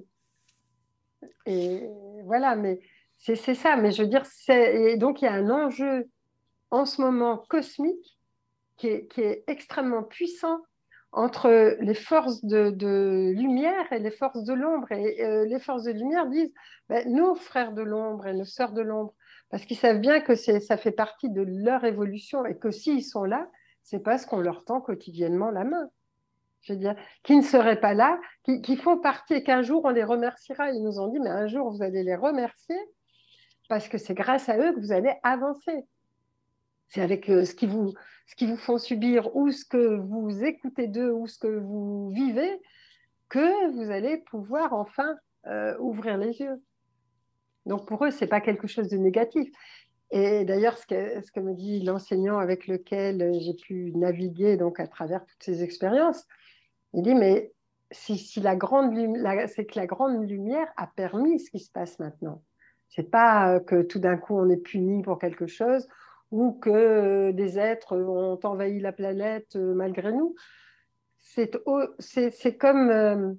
Et voilà, mais c'est c'est ça. Mais je veux dire, c'est, et donc il y a un enjeu en ce moment cosmique qui est, qui est extrêmement puissant entre les forces de, de lumière et les forces de l'ombre. Et euh, les forces de lumière disent, ben, nos frères de l'ombre et nos sœurs de l'ombre, parce qu'ils savent bien que c'est, ça fait partie de leur évolution et que s'ils sont là, c'est parce qu'on leur tend quotidiennement la main. Je veux dire, qui ne seraient pas là, qui, qui font partie et qu'un jour on les remerciera. Ils nous ont dit, mais un jour vous allez les remercier parce que c'est grâce à eux que vous allez avancer. C'est avec euh, ce qui vous, ce qui vous font subir ou ce que vous écoutez d'eux ou ce que vous vivez que vous allez pouvoir enfin euh, ouvrir les yeux. Donc pour eux, c'est pas quelque chose de négatif. Et d'ailleurs, ce que, ce que me dit l'enseignant avec lequel j'ai pu naviguer donc à travers toutes ces expériences, il dit, mais si, si la grande la, c'est que la grande lumière a permis ce qui se passe maintenant. C'est pas euh, que tout d'un coup on est puni pour quelque chose ou que euh, des êtres ont envahi la planète euh, malgré nous. C'est, c'est, c'est comme, euh,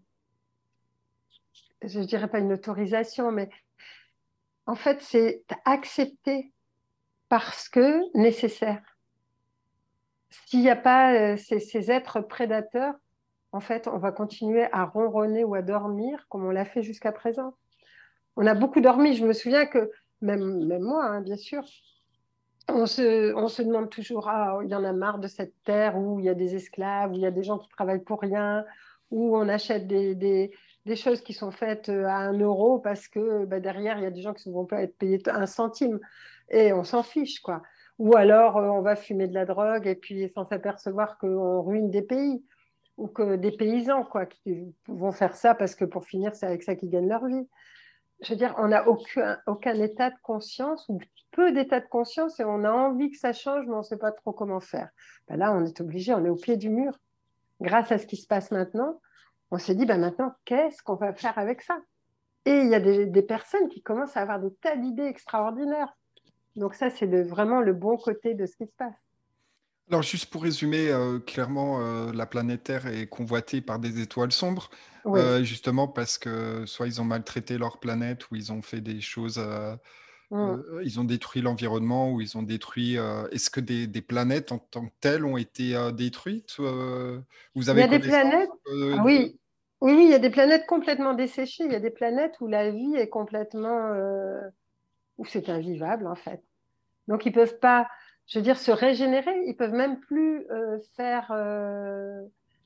je dirais pas une autorisation, mais en fait c'est accepté parce que nécessaire. S'il n'y a pas euh, ces, ces êtres prédateurs, en fait, on va continuer à ronronner ou à dormir comme on l'a fait jusqu'à présent. On a beaucoup dormi. Je me souviens que, même, même moi, hein, bien sûr, on se, on se demande toujours, ah, il y en a marre de cette terre où il y a des esclaves, où il y a des gens qui travaillent pour rien, où on achète des, des, des choses qui sont faites à un euro parce que bah, derrière, il y a des gens qui ne vont pas être payés un centime. Et on s'en fiche, quoi. Ou alors, euh, on va fumer de la drogue et puis sans s'apercevoir qu'on ruine des pays ou que des paysans, quoi, qui vont faire ça parce que pour finir, c'est avec ça qu'ils gagnent leur vie. je veux dire, on n'a aucun, aucun état de conscience ou peu d'état de conscience et on a envie que ça change, mais on ne sait pas trop comment faire. Ben là, on est obligé, on est au pied du mur. Grâce à ce qui se passe maintenant, on s'est dit, ben maintenant, qu'est-ce qu'on va faire avec ça? Et il y a des, des personnes qui commencent à avoir des tas d'idées extraordinaires. Donc ça, c'est le- vraiment le bon côté de ce qui se passe. Alors, juste pour résumer, euh, clairement, euh, la planète Terre est convoitée par des étoiles sombres, Oui. euh, justement parce que soit ils ont maltraité leur planète, ou ils ont fait des choses, euh, Mm. euh, ils ont détruit l'environnement, ou ils ont détruit. euh, Est-ce que des, des planètes en tant que telles ont été euh, détruites? euh, Vous Il y avez a des connaissance planètes, euh, ah de- oui, oui, oui, il y a des planètes complètement desséchées. Il y a des planètes où la vie est complètement, euh, où c'est invivable en fait. Donc ils peuvent pas, je veux dire, se régénérer. Ils peuvent même plus euh, faire euh,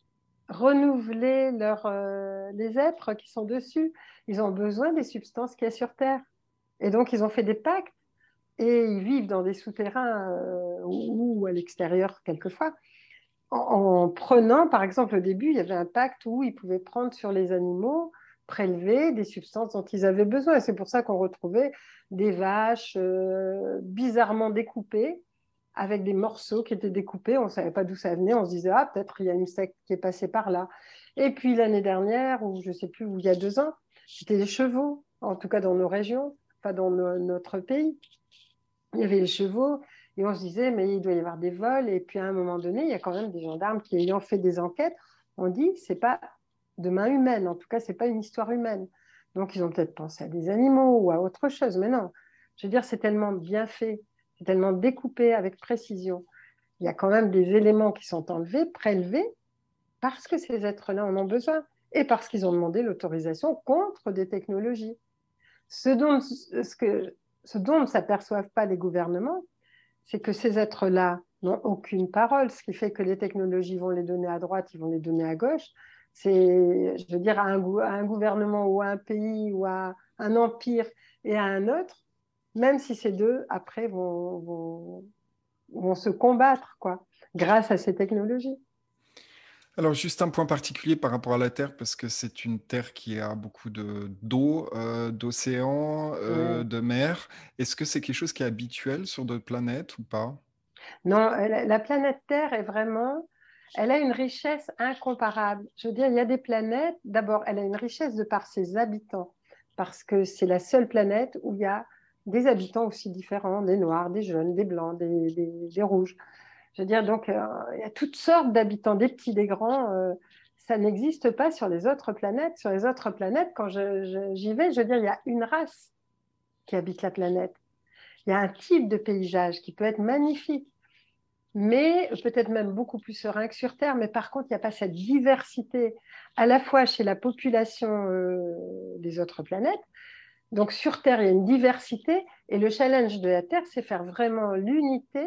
renouveler leur, euh, les êtres qui sont dessus. Ils ont besoin des substances qu'il y a sur Terre. Et donc ils ont fait des pactes et ils vivent dans des souterrains euh, ou, ou à l'extérieur quelquefois. En, en prenant, par exemple, au début, il y avait un pacte où ils pouvaient prendre sur les animaux, prélever des substances dont ils avaient besoin. Et c'est pour ça qu'on retrouvait des vaches euh, bizarrement découpées, avec des morceaux qui étaient découpés. On ne savait pas d'où ça venait. On se disait, ah, peut-être il y a une secte qui est passée par là. Et puis l'année dernière, ou je ne sais plus, ou il y a deux ans, c'était les chevaux, en tout cas dans nos régions, pas dans no- notre pays. Il y avait les chevaux et on se disait, mais il doit y avoir des vols. Et puis à un moment donné, il y a quand même des gendarmes qui, ayant fait des enquêtes, ont dit, c'est pas de main humaine. En tout cas, c'est pas une histoire humaine. Donc ils ont peut-être pensé à des animaux ou à autre chose. Mais non, je veux dire, c'est tellement bien fait, c'est tellement découpé avec précision. Il y a quand même des éléments qui sont enlevés, prélevés, parce que ces êtres-là en ont besoin et parce qu'ils ont demandé l'autorisation contre des technologies. Ce dont, ce que, ce dont ne s'aperçoivent pas les gouvernements, c'est que ces êtres-là n'ont aucune parole, ce qui fait que les technologies vont les donner à droite, ils vont les donner à gauche. C'est, je veux dire, à un, à un gouvernement ou à un pays ou à un empire et à un autre, même si ces deux, après, vont, vont, vont se combattre, quoi, grâce à ces technologies. Alors, juste un point particulier par rapport à la Terre, parce que c'est une Terre qui a beaucoup de d'eau, euh, d'océans, euh, Ouais. de mer. Est-ce que c'est quelque chose qui est habituel sur d'autres planètes ou pas? Non, la, la planète Terre est vraiment, elle a une richesse incomparable. Je veux dire, il y a des planètes, d'abord, elle a une richesse de par ses habitants, parce que c'est la seule planète où il y a des habitants aussi différents, des noirs, des jaunes, des blancs, des, des, des rouges. Je veux dire, donc, euh, il y a toutes sortes d'habitants, des petits, des grands. euh, ça n'existe pas sur les autres planètes. Sur les autres planètes, quand je- je- j'y vais, je veux dire, il y a une race qui habite la planète. Il y a un type de paysage qui peut être magnifique, mais peut-être même beaucoup plus serein que sur Terre. Mais par contre, il n'y a pas cette diversité à la fois chez la population euh, des autres planètes. Donc sur Terre, il y a une diversité et le challenge de la Terre, c'est faire vraiment l'unité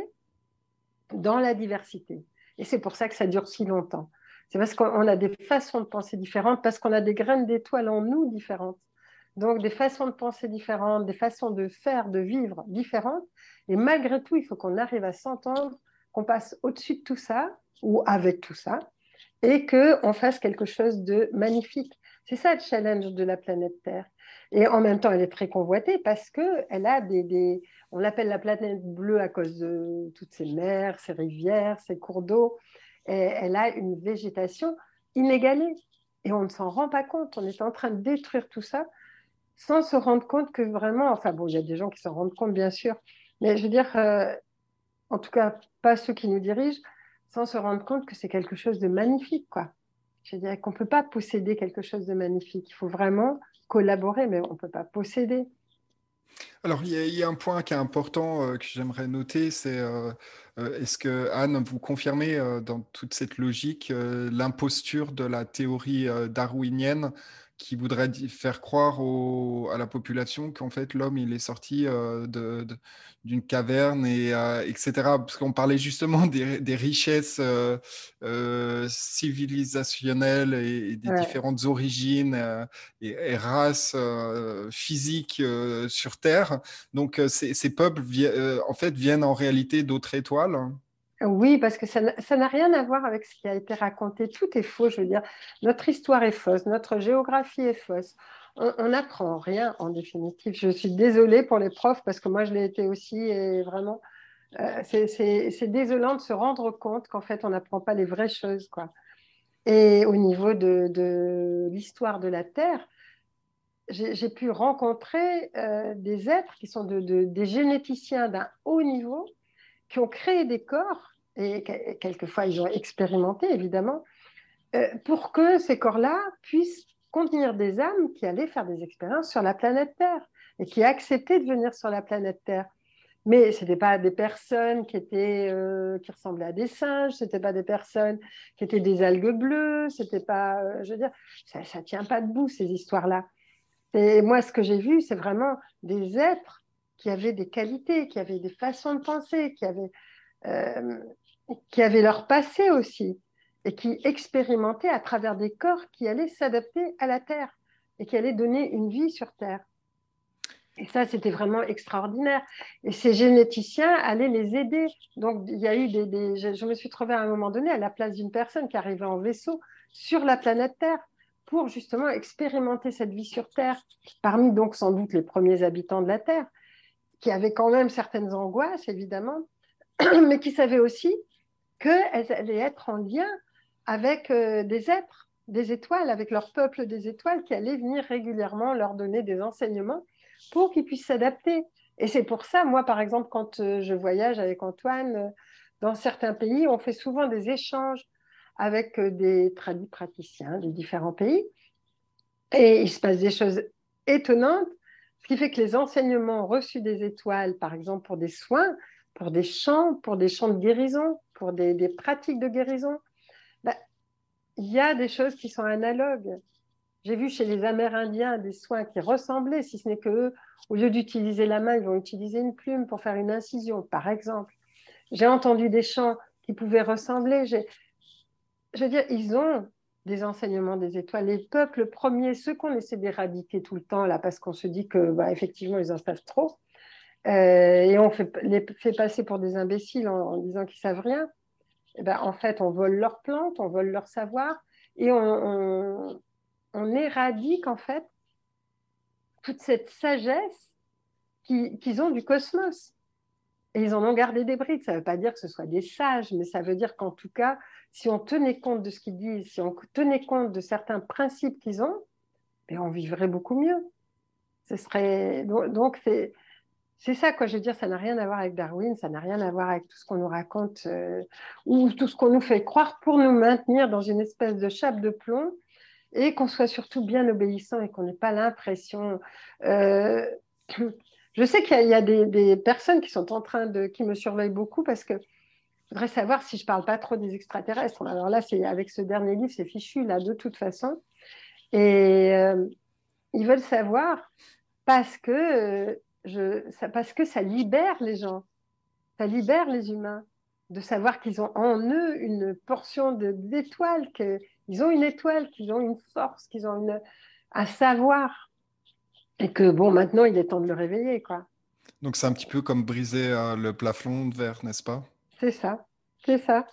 dans la diversité. Et c'est pour ça que ça dure si longtemps. C'est parce qu'on a des façons de penser différentes, parce qu'on a des graines d'étoiles en nous différentes. Donc des façons de penser différentes, des façons de faire, de vivre différentes. Et malgré tout, il faut qu'on arrive à s'entendre, qu'on passe au-dessus de tout ça, ou avec tout ça, et qu'on fasse quelque chose de magnifique. C'est ça le challenge de la planète Terre. Et en même temps, elle est très convoitée parce qu'elle a des, des... On l'appelle la planète bleue à cause de toutes ces mers, ces rivières, ces cours d'eau. Et elle a une végétation inégalée. Et on ne s'en rend pas compte. On est en train de détruire tout ça sans se rendre compte que vraiment... Enfin bon, il y a des gens qui s'en rendent compte, bien sûr. Mais je veux dire, euh, en tout cas, pas ceux qui nous dirigent, sans se rendre compte que c'est quelque chose de magnifique, quoi. Je dirais qu'on ne peut pas posséder quelque chose de magnifique. Il faut vraiment collaborer, mais on ne peut pas posséder. Alors, il y, a il y a un point qui est important euh, que j'aimerais noter, c'est euh, euh, est-ce que, Anne, vous confirmez euh, dans toute cette logique euh, l'imposture de la théorie euh, darwinienne qui voudrait di- faire croire au- à la population qu'en fait l'homme il est sorti euh, de, de- d'une caverne et euh, et cetera. Parce qu'on parlait justement des, des richesses euh, euh, civilisationnelles et, et des Ouais. différentes origines euh, et, et races euh, physiques euh, sur Terre. Donc, euh, ces, ces peuples, vi- euh, en fait, viennent en réalité d'autres étoiles. Oui, parce que ça n'a ça n'a rien à voir avec ce qui a été raconté. Tout est faux, je veux dire. Notre histoire est fausse, notre géographie est fausse. On n'apprend rien en définitive. Je suis désolée pour les profs parce que moi, je l'ai été aussi et vraiment, euh, c'est c'est- c'est désolant de se rendre compte qu'en fait, on n'apprend pas les vraies choses, quoi. Et au niveau de, de l'histoire de la Terre, j'ai j'ai pu rencontrer euh, des êtres qui sont de, de- des généticiens d'un haut niveau qui ont créé des corps, et quelquefois ils ont expérimenté évidemment, euh, pour que ces corps-là puissent contenir des âmes qui allaient faire des expériences sur la planète Terre et qui acceptaient de venir sur la planète Terre. Mais ce n'étaient pas des personnes qui, étaient, euh, qui ressemblaient à des singes, ce n'étaient pas des personnes qui étaient des algues bleues, c'était pas, euh, je veux dire, ça ne tient pas debout ces histoires-là. Et moi, ce que j'ai vu, c'est vraiment des êtres qui avaient des qualités, qui avaient des façons de penser, qui avaient euh, qui avaient leur passé aussi et qui expérimentaient à travers des corps qui allaient s'adapter à la Terre et qui allaient donner une vie sur Terre. Et ça, c'était vraiment extraordinaire. Et ces généticiens allaient les aider. Donc, il y a eu des, des je, je me suis trouvée à un moment donné à la place d'une personne qui arrivait en vaisseau sur la planète Terre pour justement expérimenter cette vie sur Terre, parmi donc sans doute les premiers habitants de la Terre, qui avaient quand même certaines angoisses, évidemment, mais qui savaient aussi qu'elles allaient être en lien avec euh, des êtres, des étoiles, avec leur peuple des étoiles qui allaient venir régulièrement leur donner des enseignements pour qu'ils puissent s'adapter. Et c'est pour ça, moi, par exemple, quand euh, je voyage avec Antoine, euh, dans certains pays, on fait souvent des échanges avec euh, des tradis praticiens de différents pays. Et il se passe des choses étonnantes, ce qui fait que les enseignements reçus des étoiles, par exemple pour des soins, pour des chants, pour des chants de guérison, pour des, des pratiques de guérison, ben, il y a des choses qui sont analogues. J'ai vu chez les Amérindiens des soins qui ressemblaient, si ce n'est qu'eux, au lieu d'utiliser la main, ils vont utiliser une plume pour faire une incision, par exemple. J'ai entendu des chants qui pouvaient ressembler. J'ai, je veux dire, ils ont des enseignements des étoiles. Les peuples premiers, ceux qu'on essaie d'éradiquer tout le temps, là, parce qu'on se dit que, bah, effectivement, ils en savent trop, euh, et on fait, les fait passer pour des imbéciles en, en disant qu'ils savent rien, et ben, en fait, on vole leurs plantes, on vole leur savoir, et on, on, on éradique, en fait, toute cette sagesse qui- qu'ils ont du cosmos. Et ils en ont gardé des brides. Ça ne veut pas dire que ce soit des sages, mais ça veut dire qu'en tout cas, si on tenait compte de ce qu'ils disent, si on tenait compte de certains principes qu'ils ont, ben on vivrait beaucoup mieux. Ce serait donc c'est c'est ça quoi. Je veux dire, ça n'a rien à voir avec Darwin, ça n'a rien à voir avec tout ce qu'on nous raconte euh, ou tout ce qu'on nous fait croire pour nous maintenir dans une espèce de chape de plomb et qu'on soit surtout bien obéissant et qu'on n'ait pas l'impression. Euh, je sais qu'il y a, il y a des, des, personnes qui sont en train de, qui me surveillent beaucoup parce que je voudrais savoir si je ne parle pas trop des extraterrestres. Alors là, c'est avec ce dernier livre, c'est fichu là de toute façon. Et euh, ils veulent savoir parce que euh, je, ça, parce que ça libère les gens, ça libère les humains de savoir qu'ils ont en eux une portion de- d'étoile, qu'ils ont une étoile, qu'ils ont une force, qu'ils ont une, un savoir. Et que bon, maintenant, il est temps de le réveiller, quoi. Donc c'est un petit peu comme briser euh, le plafond de verre, n'est-ce pas? C'est ça, c'est ça.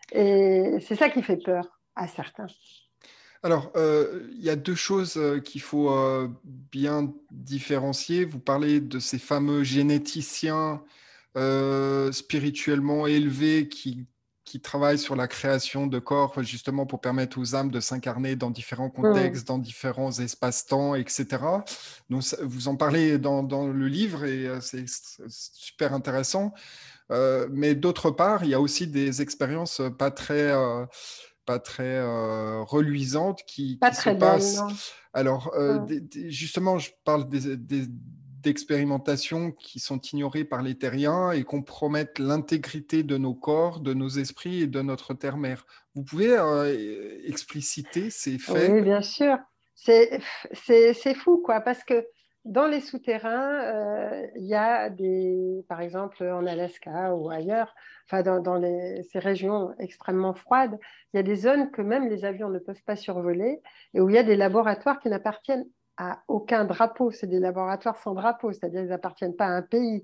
Et c'est ça qui fait peur à certains. Alors, euh, il y a deux choses euh, qu'il faut euh, bien différencier. Vous parlez de ces fameux généticiens euh, spirituellement élevés qui, qui travaillent sur la création de corps justement pour permettre aux âmes de s'incarner dans différents Mmh. contextes, dans différents espaces-temps, et cetera. Donc, ça- vous en parlez dans, dans le livre et euh, c'est c'est super intéressant. Euh, mais d'autre part, il y a aussi des expériences pas très, euh, pas très euh, reluisantes qui, Pas qui se très belle, passent. non. Alors, euh, Mmh. des- des- justement, je parle des, des- d'expérimentations qui sont ignorées par les terriens et compromettent l'intégrité de nos corps, de nos esprits et de notre terre-mère. Vous pouvez euh, expliciter ces faits? Oui, bien sûr. C'est, c'est, c'est fou, quoi, parce que dans les souterrains, euh, il y a des, par exemple en Alaska ou ailleurs, enfin dans, dans les- ces régions extrêmement froides, il y a des zones que même les avions ne peuvent pas survoler et où il y a des laboratoires qui n'appartiennent à aucun drapeau. C'est des laboratoires sans drapeau, c'est-à-dire qu'ils n'appartiennent pas à un pays.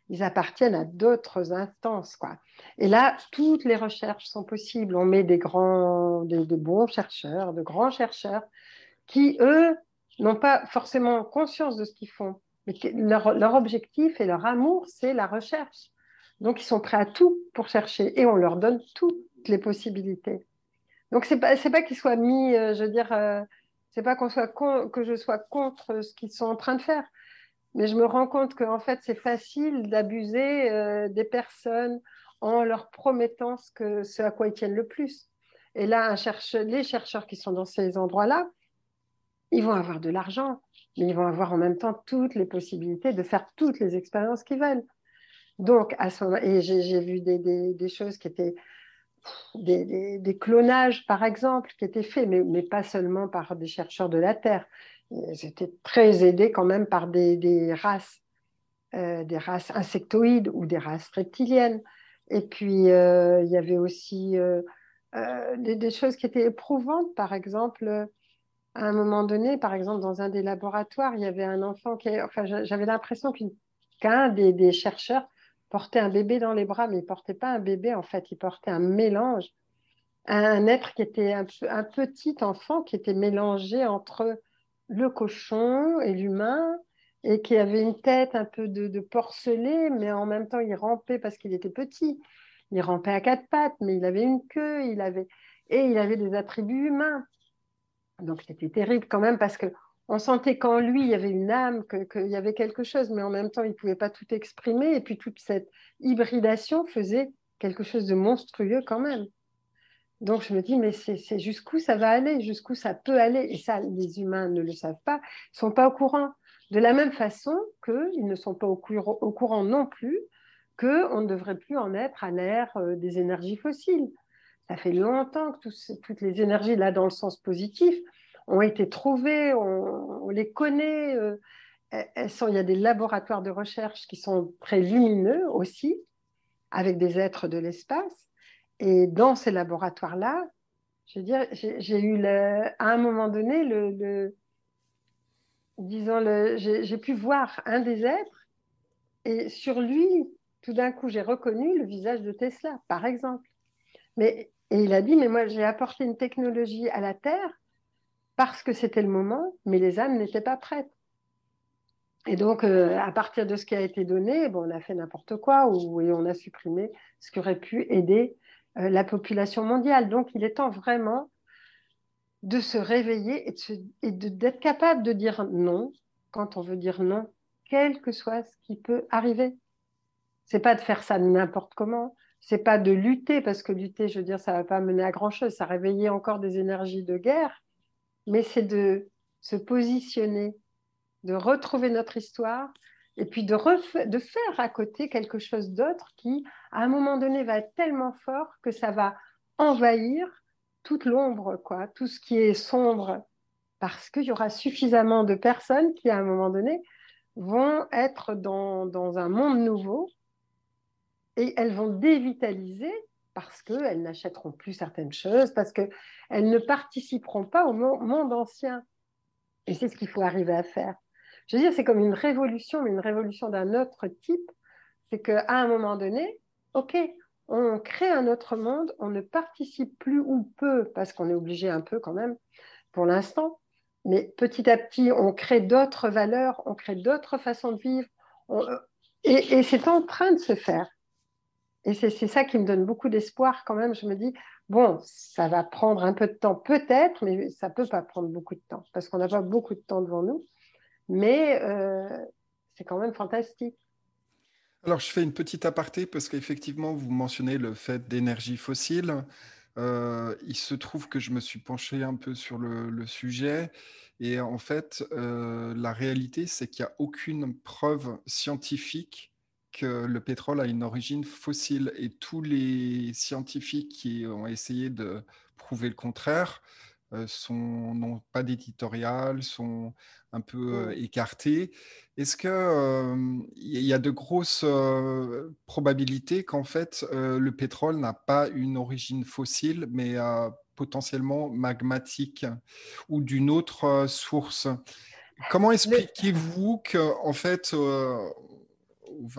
ils appartiennent à d'autres instances, quoi. Et là, toutes les recherches sont possibles. On met des grands, des, des bons chercheurs, de grands chercheurs, qui, eux, n'ont pas forcément conscience de ce qu'ils font. Mais leur, leur objectif et leur amour, c'est la recherche. Donc, ils sont prêts à tout pour chercher et on leur donne toutes les possibilités. Donc, c'est pas, c'est pas qu'ils soient mis, euh, je veux dire, euh, c'est pas qu'on soit con, que je sois contre ce qu'ils sont en train de faire, mais je me rends compte qu'en fait, c'est facile d'abuser euh, des personnes en leur promettant ce, que, ce à quoi ils tiennent le plus. Et là, un chercheur, les chercheurs qui sont dans ces endroits-là, ils vont avoir de l'argent, mais ils vont avoir en même temps toutes les possibilités de faire toutes les expériences qu'ils veulent. Donc, à ce moment, et j'ai, j'ai vu des, des, des choses qui étaient des, des, des, clonages, par exemple, qui étaient faits, mais, mais pas seulement par des chercheurs de la Terre. Ils étaient très aidés quand même par des, des races, euh, des races insectoïdes ou des races reptiliennes. Et puis, euh, il y avait aussi euh, euh, des, des, choses qui étaient éprouvantes, par exemple, à un moment donné, par exemple, dans un des laboratoires, il y avait un enfant qui, enfin, j'avais l'impression qu'un des, des chercheurs portait un bébé dans les bras, mais il portait pas un bébé, en fait, il portait un mélange, un être qui était un, un petit enfant qui était mélangé entre le cochon et l'humain, et qui avait une tête un peu de, de porcelet, mais en même temps, il rampait parce qu'il était petit. Il rampait à quatre pattes, mais il avait une queue, il avait, et il avait des attributs humains. Donc c'était terrible quand même parce que on sentait qu'en lui, il y avait une âme, qu'il que y avait quelque chose, mais en même temps, il ne pouvait pas tout exprimer. Et puis toute cette hybridation faisait quelque chose de monstrueux quand même. Donc je me dis, mais c'est, c'est jusqu'où ça va aller, jusqu'où ça peut aller. Et ça, les humains ne le savent pas, ils ne sont pas au courant. De la même façon qu'ils ne sont pas au, courant, au courant non plus qu'on ne devrait plus en être à l'ère euh, des énergies fossiles. Ça fait longtemps que tous, toutes les énergies, là, dans le sens positif, ont été trouvées, on, on les connaît. Euh, elles sont, il y a des laboratoires de recherche qui sont très lumineux aussi, avec des êtres de l'espace. Et dans ces laboratoires-là, je veux dire, j'ai, j'ai eu le, à un moment donné, le, le disons, le, j'ai, j'ai pu voir un des êtres et sur lui, tout d'un coup, j'ai reconnu le visage de Tesla, par exemple. Mais, et il a dit, mais moi, j'ai apporté une technologie à la Terre parce que c'était le moment, mais les âmes n'étaient pas prêtes. Et donc, euh, à partir de ce qui a été donné, bon, on a fait n'importe quoi ou, et on a supprimé ce qui aurait pu aider euh, la population mondiale. Donc, il est temps vraiment de se réveiller et, de se, et de, d'être capable de dire non quand on veut dire non, quel que soit ce qui peut arriver. C'est pas de faire ça n'importe comment. C'est pas de lutter, parce que lutter, je veux dire, ça va pas mener à grand-chose. Ça réveiller encore des énergies de guerre, mais c'est de se positionner, de retrouver notre histoire et puis de, refa- de faire à côté quelque chose d'autre qui, à un moment donné, va être tellement fort que ça va envahir toute l'ombre, quoi, tout ce qui est sombre, parce qu'il y aura suffisamment de personnes qui, à un moment donné, vont être dans, dans un monde nouveau et elles vont dévitaliser parce qu'elles n'achèteront plus certaines choses, parce qu'elles ne participeront pas au monde ancien. Et c'est ce qu'il faut arriver à faire. Je veux dire, c'est comme une révolution, mais une révolution d'un autre type. C'est qu'à un moment donné, OK, on crée un autre monde, on ne participe plus ou peu, parce qu'on est obligé un peu quand même pour l'instant, mais petit à petit, on crée d'autres valeurs, on crée d'autres façons de vivre, on- et, et c'est en train de se faire. Et c'est c'est ça qui me donne beaucoup d'espoir quand même. Je me dis, bon, ça va prendre un peu de temps peut-être, mais ça ne peut pas prendre beaucoup de temps parce qu'on n'a pas beaucoup de temps devant nous. Mais euh, c'est quand même fantastique. Alors, je fais une petite aparté parce qu'effectivement, vous mentionnez le fait d'énergie fossile. Euh, il se trouve que je me suis penché un peu sur le, le sujet et en fait, euh, la réalité, c'est qu'il n'y a aucune preuve scientifique que le pétrole a une origine fossile et tous les scientifiques qui ont essayé de prouver le contraire euh, sont, n'ont pas d'éditorial, sont un peu euh, Mm. écartés. Est-ce que, euh, il y a de grosses euh, probabilités qu'en fait, euh, le pétrole n'a pas une origine fossile, mais euh, potentiellement magmatique ou d'une autre euh, source? Comment Le, expliquez-vous que, en fait, euh, enfin,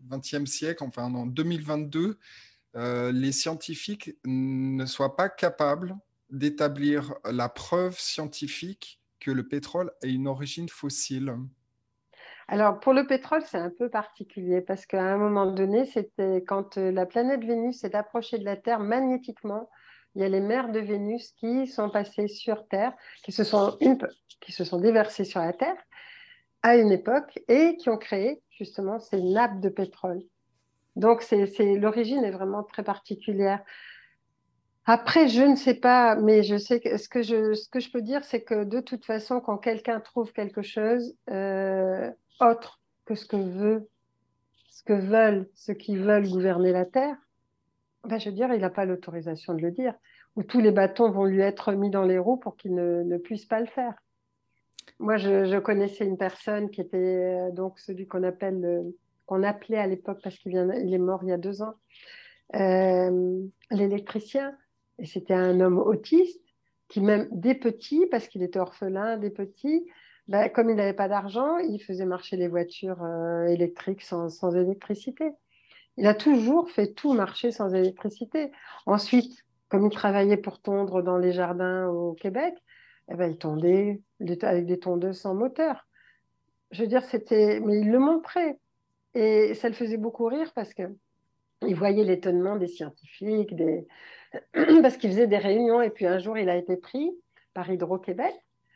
vingtième siècle, enfin en deux mille vingt-deux, euh, les scientifiques ne soient pas capables d'établir la preuve scientifique que le pétrole a une origine fossile. Alors, pour le pétrole, c'est un peu particulier parce qu'à un moment donné, c'était quand euh, la planète Vénus s'est approchée de la Terre magnétiquement, il y a les mers de Vénus qui sont passées sur Terre, qui se sont, une- qui se sont déversées sur la Terre à une époque et qui ont créé justement ces nappes de pétrole. Donc, c'est, c'est, l'origine est vraiment très particulière. Après, je ne sais pas, mais je sais que ce que je, ce que je peux dire, c'est que de toute façon, quand quelqu'un trouve quelque chose euh, autre que ce que veut, ce que veulent ceux qui veulent gouverner la Terre, ben, je veux dire, il n'a pas l'autorisation de le dire. Ou tous les bâtons vont lui être mis dans les roues pour qu'il ne, ne puisse pas le faire. Moi, je, je connaissais une personne qui était euh, donc celui qu'on appelle, le- qu'on appelait à l'époque parce qu'il vient, il est mort il y a deux ans, euh, l'électricien. Et c'était un homme autiste qui, même des petits, parce qu'il était orphelin, des petits, ben, comme il n'avait pas d'argent, il faisait marcher les voitures euh, électriques sans, sans électricité. Il a toujours fait tout marcher sans électricité. Ensuite, comme il travaillait pour tondre dans les jardins au Québec, eh ben, il tondait avec des tondeuses sans moteur. Je veux dire, c'était, mais il le montrait. Et ça le faisait beaucoup rire parce que il voyait l'étonnement des scientifiques, des... parce qu'il faisait des réunions. Et puis un jour, il a été pris par Hydro-Québec.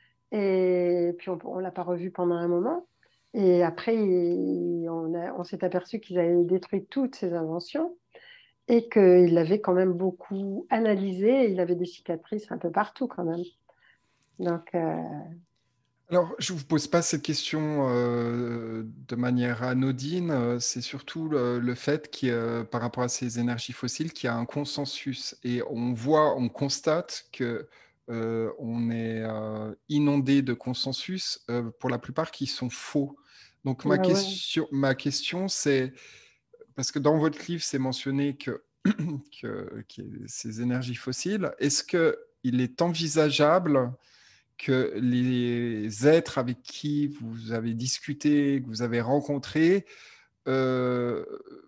Et puis on ne l'a pas revu pendant un moment. Et après, il- on, a- on s'est aperçu qu'ils avaient détruit toutes ses inventions et qu'il l'avait quand même beaucoup analysé. Et il avait des cicatrices un peu partout quand même. Donc, euh, Alors, je ne vous pose pas cette question euh, de manière anodine, euh, c'est surtout le, le fait qu'il y a, par rapport à ces énergies fossiles, qu'il y a un consensus. Et on voit, on constate que euh, on est euh, inondé de consensus, euh, pour la plupart qui sont faux. Donc, ma ouais, ouais. question, ma question, c'est, parce que dans votre livre, c'est mentionné que, que, qu'il y a ces énergies fossiles, est-ce qu'il est envisageable que les êtres avec qui vous avez discuté, que vous avez rencontrés, euh,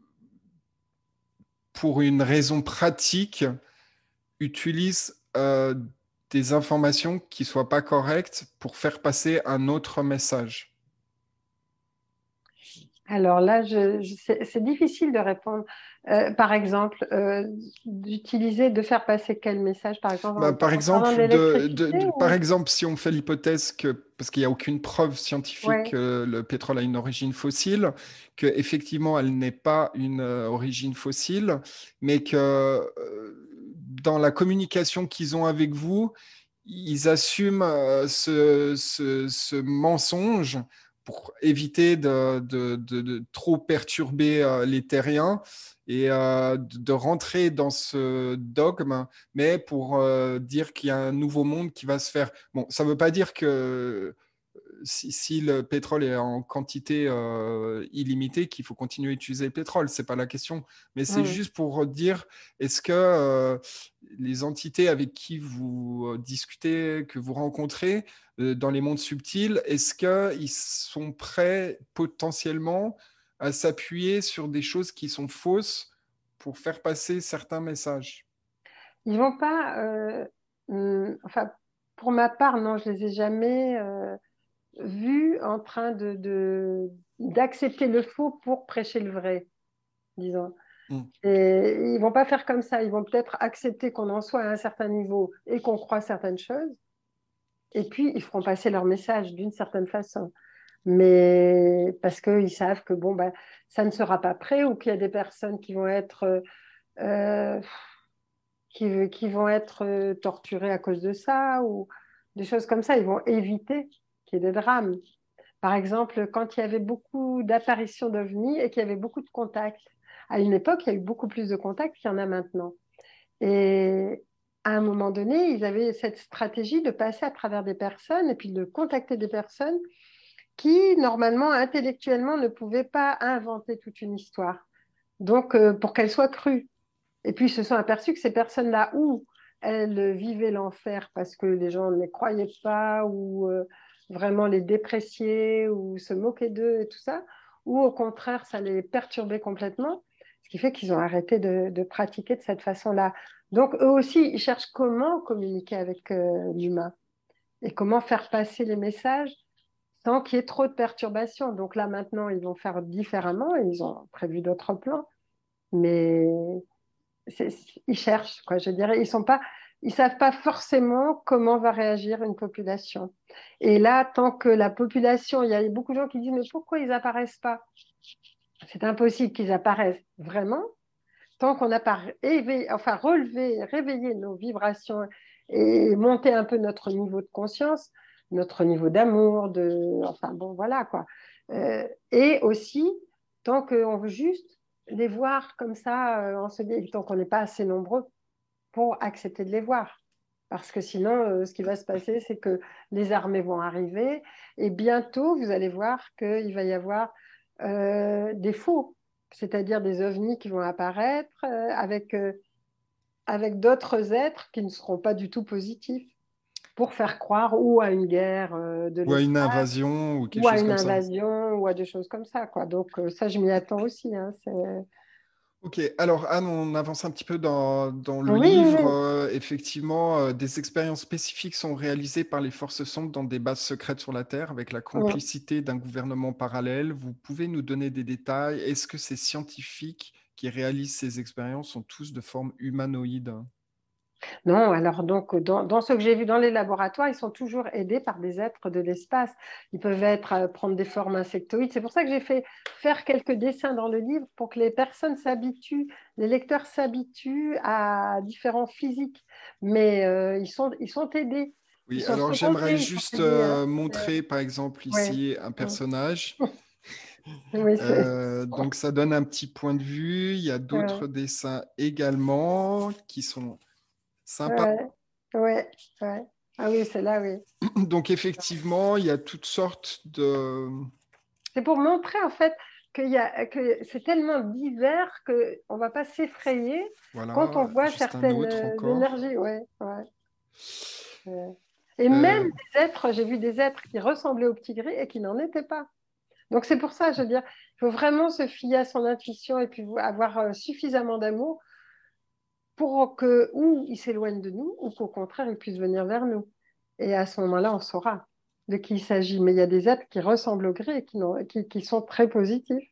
pour une raison pratique, utilisent euh, des informations qui ne soient pas correctes pour faire passer un autre message? Alors là, je, je- c'est c'est difficile de répondre. Euh, par exemple, euh, d'utiliser, de faire passer quel message, par exemple, Bah, en, par en parlant de exemple, de, de- l'électricité de- par ou... exemple, si on fait l'hypothèse que, parce qu'il n'y a aucune preuve scientifique Ouais. que le pétrole a une origine fossile, que effectivement elle n'est pas une euh, origine fossile, mais que euh, dans la communication qu'ils ont avec vous, ils assument euh, ce, ce- ce mensonge pour éviter de, de- de- de trop perturber euh, les terriens et euh, de, de rentrer dans ce dogme, mais pour euh, dire qu'il y a un nouveau monde qui va se faire. Bon, ça ne veut pas dire que si, si le pétrole est en quantité euh, illimitée, qu'il faut continuer à utiliser le pétrole. C'est pas la question. Mais c'est Hmm. juste pour dire, est-ce que euh, les entités avec qui vous euh, discutez, que vous rencontrez euh, dans les mondes subtils, est-ce qu'ils sont prêts potentiellement à s'appuyer sur des choses qui sont fausses pour faire passer certains messages? Ils vont pas... euh, hmm, enfin, pour ma part, non, je les ai jamais euh, vus en train de, de- d'accepter le faux pour prêcher le vrai, disons. Mm. Et ils vont pas faire comme ça. Ils vont peut-être accepter qu'on en soit à un certain niveau et qu'on croit certaines choses. Et puis, ils feront passer leur message d'une certaine façon. Mais parce qu'ils savent que bon, ben, ça ne sera pas prêt ou qu'il y a des personnes qui vont être, euh, qui, qui vont être euh, torturées à cause de ça ou des choses comme ça. Ils vont éviter qu'il y ait des drames. Par exemple, quand il y avait beaucoup d'apparitions d'ovnis et qu'il y avait beaucoup de contacts, à une époque, il y a eu beaucoup plus de contacts qu'il y en a maintenant. Et à un moment donné, ils avaient cette stratégie de passer à travers des personnes et puis de contacter des personnes qui, normalement, intellectuellement, ne pouvaient pas inventer toute une histoire. Donc, euh, pour qu'elle soit crue. Et puis, ils se sont aperçus que ces personnes-là, où elles vivaient l'enfer parce que les gens ne les croyaient pas ou euh, vraiment les dépréciaient ou se moquaient d'eux et tout ça, ou au contraire, ça les perturbait complètement, ce qui fait qu'ils ont arrêté de, de pratiquer de cette façon-là. Donc, eux aussi, ils cherchent comment communiquer avec euh, l'humain et comment faire passer les messages sans qu'il y ait trop de perturbations. Donc là, maintenant, ils vont faire différemment et ils ont prévu d'autres plans, mais c'est- ils cherchent, quoi, je dirais. Ils sont pas, ils savent pas forcément comment va réagir une population. Et là, tant que la population, il y a beaucoup de gens qui disent, mais pourquoi ils apparaissent pas? C'est impossible qu'ils apparaissent vraiment tant qu'on n'a pas éveillé, enfin, relevé, réveillé nos vibrations et monté un peu notre niveau de conscience, notre niveau d'amour, de, enfin bon, voilà quoi. Euh, et aussi, tant qu'on veut juste les voir comme ça, euh, en se dit, tant qu'on n'est pas assez nombreux pour accepter de les voir. Parce que sinon, euh, ce qui va se passer, c'est que les armées vont arriver et bientôt, vous allez voir qu'il va y avoir euh, des faux, c'est-à-dire des ovnis qui vont apparaître euh, avec, euh, avec d'autres êtres qui ne seront pas du tout positifs pour faire croire ou à une guerre euh, de Ou à une l'espace invasion ou quelque ou à chose une comme ça. invasion ou à des choses comme ça, quoi. Donc euh, ça, je m'y attends aussi. Hein, c'est... Ok, alors Anne, on avance un petit peu dans, dans le Oui, oui, livre. oui. Euh, effectivement, euh, des expériences spécifiques sont réalisées par les forces sombres dans des bases secrètes sur la Terre avec la Mm. complicité d'un gouvernement parallèle. Vous pouvez nous donner des détails? Est-ce que ces scientifiques qui réalisent ces expériences sont tous de forme humanoïde? Non, alors donc dans, dans ce que j'ai vu dans les laboratoires, ils sont toujours aidés par des êtres de l'espace. Ils peuvent être euh, prendre des formes insectoïdes. C'est pour ça que j'ai fait faire quelques dessins dans le livre pour que les personnes s'habituent, les lecteurs s'habituent à différents physiques. Mais euh, ils sont, ils sont aidés. Ils Oui, sont alors j'aimerais secondés, ils sont juste aidés. Hein. euh, Euh, montrer, par exemple, ouais. ici un Mm. personnage. Oui, c'est. Euh, donc ça donne un petit point de vue. Il y a Ouais, d'autres dessins également qui sont sympas. ouais, ouais, ouais. Ah oui, c'est là, oui. Donc effectivement, il y a toutes sortes de... C'est pour montrer en fait qu'il y a, que c'est tellement divers qu'on ne va pas s'effrayer quand on Voilà, voit juste un certaines autre euh, encore. énergies. Ouais, ouais, ouais. Et même Euh, des êtres, j'ai vu des êtres qui ressemblaient aux petits gris et qui n'en étaient pas. Donc c'est pour ça, je veux dire, il faut vraiment se fier à son intuition et puis avoir euh, suffisamment d'amour pour que ou ils s'éloignent de nous ou qu'au contraire ils puissent venir vers nous. Et à ce moment-là, on saura de qui il s'agit. Mais il y a des êtres qui ressemblent au gris et qui, n'ont- qui, qui sont très positifs.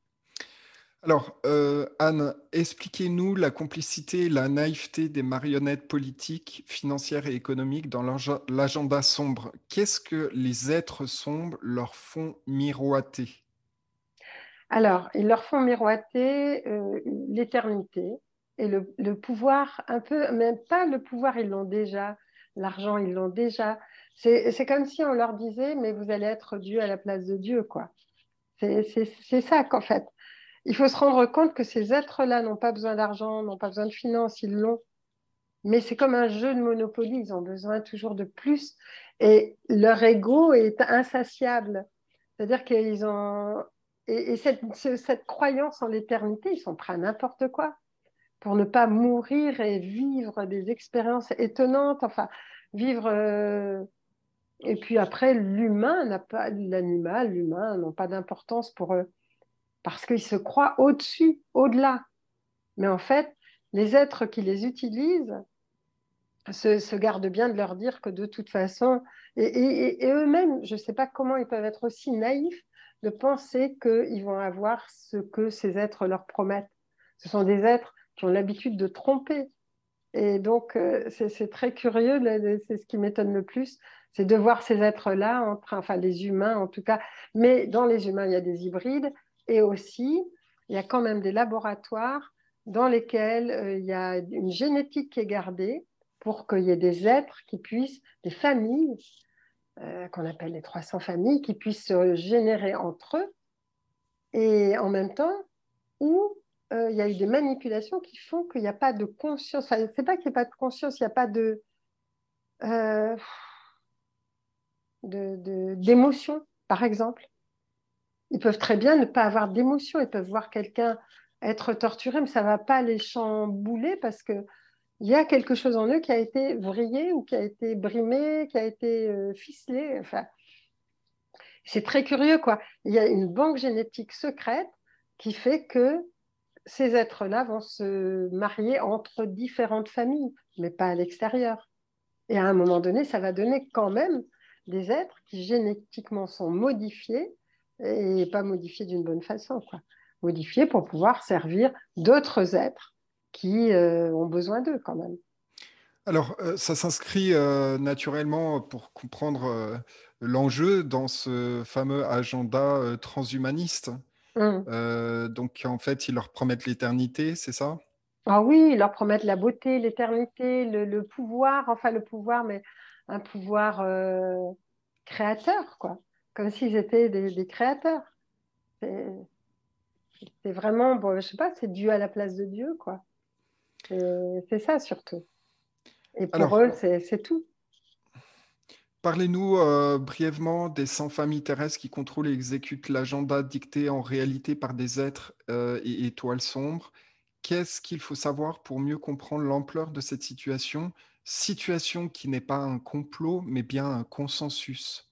alors, euh, Anne, expliquez-nous la complicité et la naïveté des marionnettes politiques, financières et économiques dans l'ag- l'agenda sombre. Qu'est-ce que les êtres sombres leur font miroiter? Alors, ils leur font miroiter euh, l'éternité et le, le pouvoir, un peu, même pas le pouvoir, ils l'ont déjà, l'argent, ils l'ont déjà. C'est, c'est comme si on leur disait, mais vous allez être Dieu à la place de Dieu, quoi. C'est, c'est, c'est ça qu'en fait. Il faut se rendre compte que ces êtres-là n'ont pas besoin d'argent, n'ont pas besoin de finances, ils l'ont. Mais c'est comme un jeu de Monopoly, ils ont besoin toujours de plus. Et leur ego est insatiable. C'est-à-dire qu'ils ont... Et, et cette, ce- cette croyance en l'éternité, ils sont prêts à n'importe quoi pour ne pas mourir et vivre des expériences étonnantes, enfin, vivre... euh, Et puis après, l'humain n'a pas... L'animal, l'humain n'ont pas d'importance pour eux parce qu'ils se croient au-dessus, au-delà. Mais en fait, les êtres qui les utilisent se, se gardent bien de leur dire que de toute façon, et, et- et eux-mêmes, je ne sais pas comment ils peuvent être aussi naïfs de penser qu'ils vont avoir ce que ces êtres leur promettent. Ce sont des êtres qui ont l'habitude de tromper. Et donc, euh, c'est c'est très curieux, là, c'est ce qui m'étonne le plus, c'est de voir ces êtres-là, en train- enfin les humains en tout cas, mais dans les humains, il y a des hybrides, et aussi, il y a quand même des laboratoires dans lesquels euh, il y a une génétique qui est gardée pour qu'il y ait des êtres qui puissent, des familles, euh, qu'on appelle les trois cents familles, qui puissent se générer entre eux, et en même temps, où euh, il y a eu des manipulations qui font qu'il n'y a pas de conscience. Enfin, c'est pas qu'il n'y a pas de conscience, il n'y a pas de, euh, de, de- d'émotion, par exemple. Ils peuvent très bien ne pas avoir d'émotion. Ils peuvent voir quelqu'un être torturé, mais ça ne va pas les chambouler parce que il y a quelque chose en eux qui a été vrillé ou qui a été brimé, qui a été euh, ficelé. Enfin, C'est très curieux, quoi. Il y a une banque génétique secrète qui fait que ces êtres-là vont se marier entre différentes familles, mais pas à l'extérieur. Et à un moment donné, ça va donner quand même des êtres qui génétiquement sont modifiés et pas modifiés d'une bonne façon, quoi. Modifiés pour pouvoir servir d'autres êtres qui euh, ont besoin d'eux quand même. Alors, euh, ça s'inscrit euh, naturellement pour comprendre euh, l'enjeu dans ce fameux agenda euh, transhumaniste. Hum. Euh, donc, en fait, ils leur promettent l'éternité, c'est ça? Ah oui, ils leur promettent la beauté, l'éternité, le, le pouvoir, enfin le pouvoir, mais un pouvoir euh, créateur, quoi. Comme s'ils étaient des, des créateurs. C'est c'est vraiment, bon, je sais pas, c'est Dieu à la place de Dieu, quoi. C'est c'est ça surtout. Et pour Alors, eux, c'est c'est tout. parlez-nous euh, brièvement des cent familles terrestres qui contrôlent et exécutent l'agenda dicté en réalité par des êtres euh, et étoiles sombres. Qu'est-ce qu'il faut savoir pour mieux comprendre l'ampleur de cette situation? Situation qui n'est pas un complot, mais bien un consensus.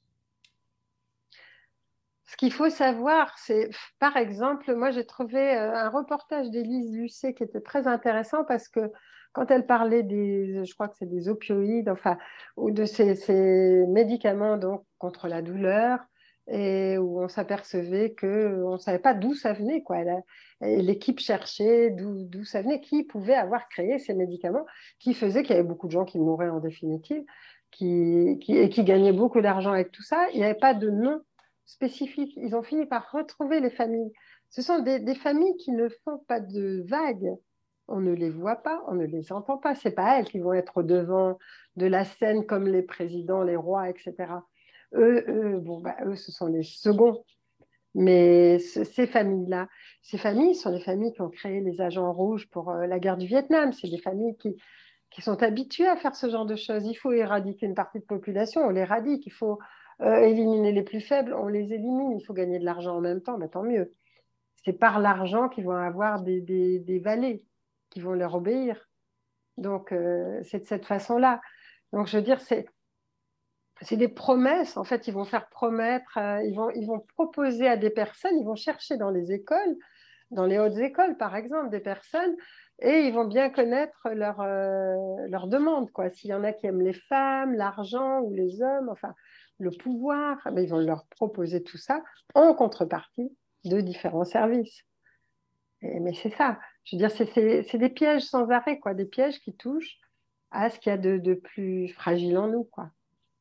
Ce qu'il faut savoir, c'est, par exemple, moi j'ai trouvé euh, un reportage d'Élise Lucet qui était très intéressant parce que quand elle parlait des, je crois que c'est des opioïdes, enfin, ou de ces, ces médicaments donc contre la douleur, et où on s'apercevait que on ne savait pas d'où ça venait, quoi. Elle a- et l'équipe cherchait d'où d'où ça venait, qui pouvait avoir créé ces médicaments, qui faisait qu'il y avait beaucoup de gens qui mouraient en définitive, qui, qui, et qui gagnaient beaucoup d'argent avec tout ça. Il n'y avait pas de nom spécifiques. Ils ont fini par retrouver les familles. Ce sont des, des familles qui ne font pas de vagues. On ne les voit pas, on ne les entend pas. C'est pas elles qui vont être au devant de la scène comme les présidents, les rois, et cetera. Eux, eux, bon, bah, eux, ce sont les seconds. Mais ce- ces familles-là, ces familles sont des familles qui ont créé les agents rouges pour euh, la guerre du Vietnam. C'est des familles qui, qui sont habitués à faire ce genre de choses. Il faut éradiquer une partie de population, on l'éradique. Il faut euh, éliminer les plus faibles, on les élimine. Il faut gagner de l'argent en même temps, mais tant mieux. C'est par l'argent qu'ils vont avoir des, des, des valets qui vont leur obéir. Donc, euh, c'est de cette façon-là. Donc, je veux dire, c'est, c'est des promesses. En fait, ils vont faire promettre, euh, ils vont, ils vont proposer à des personnes, ils vont chercher dans les écoles, dans les hautes écoles, par exemple, des personnes, et ils vont bien connaître leurs euh, leurs demandes, quoi. S'il y en a qui aiment les femmes, l'argent ou les hommes, enfin, le pouvoir, eh bien, ils vont leur proposer tout ça en contrepartie de différents services. Et- mais c'est ça. Je veux dire, c'est c'est- c'est des pièges sans arrêt, quoi, des pièges qui touchent à ce qu'il y a de, de plus fragile en nous, quoi.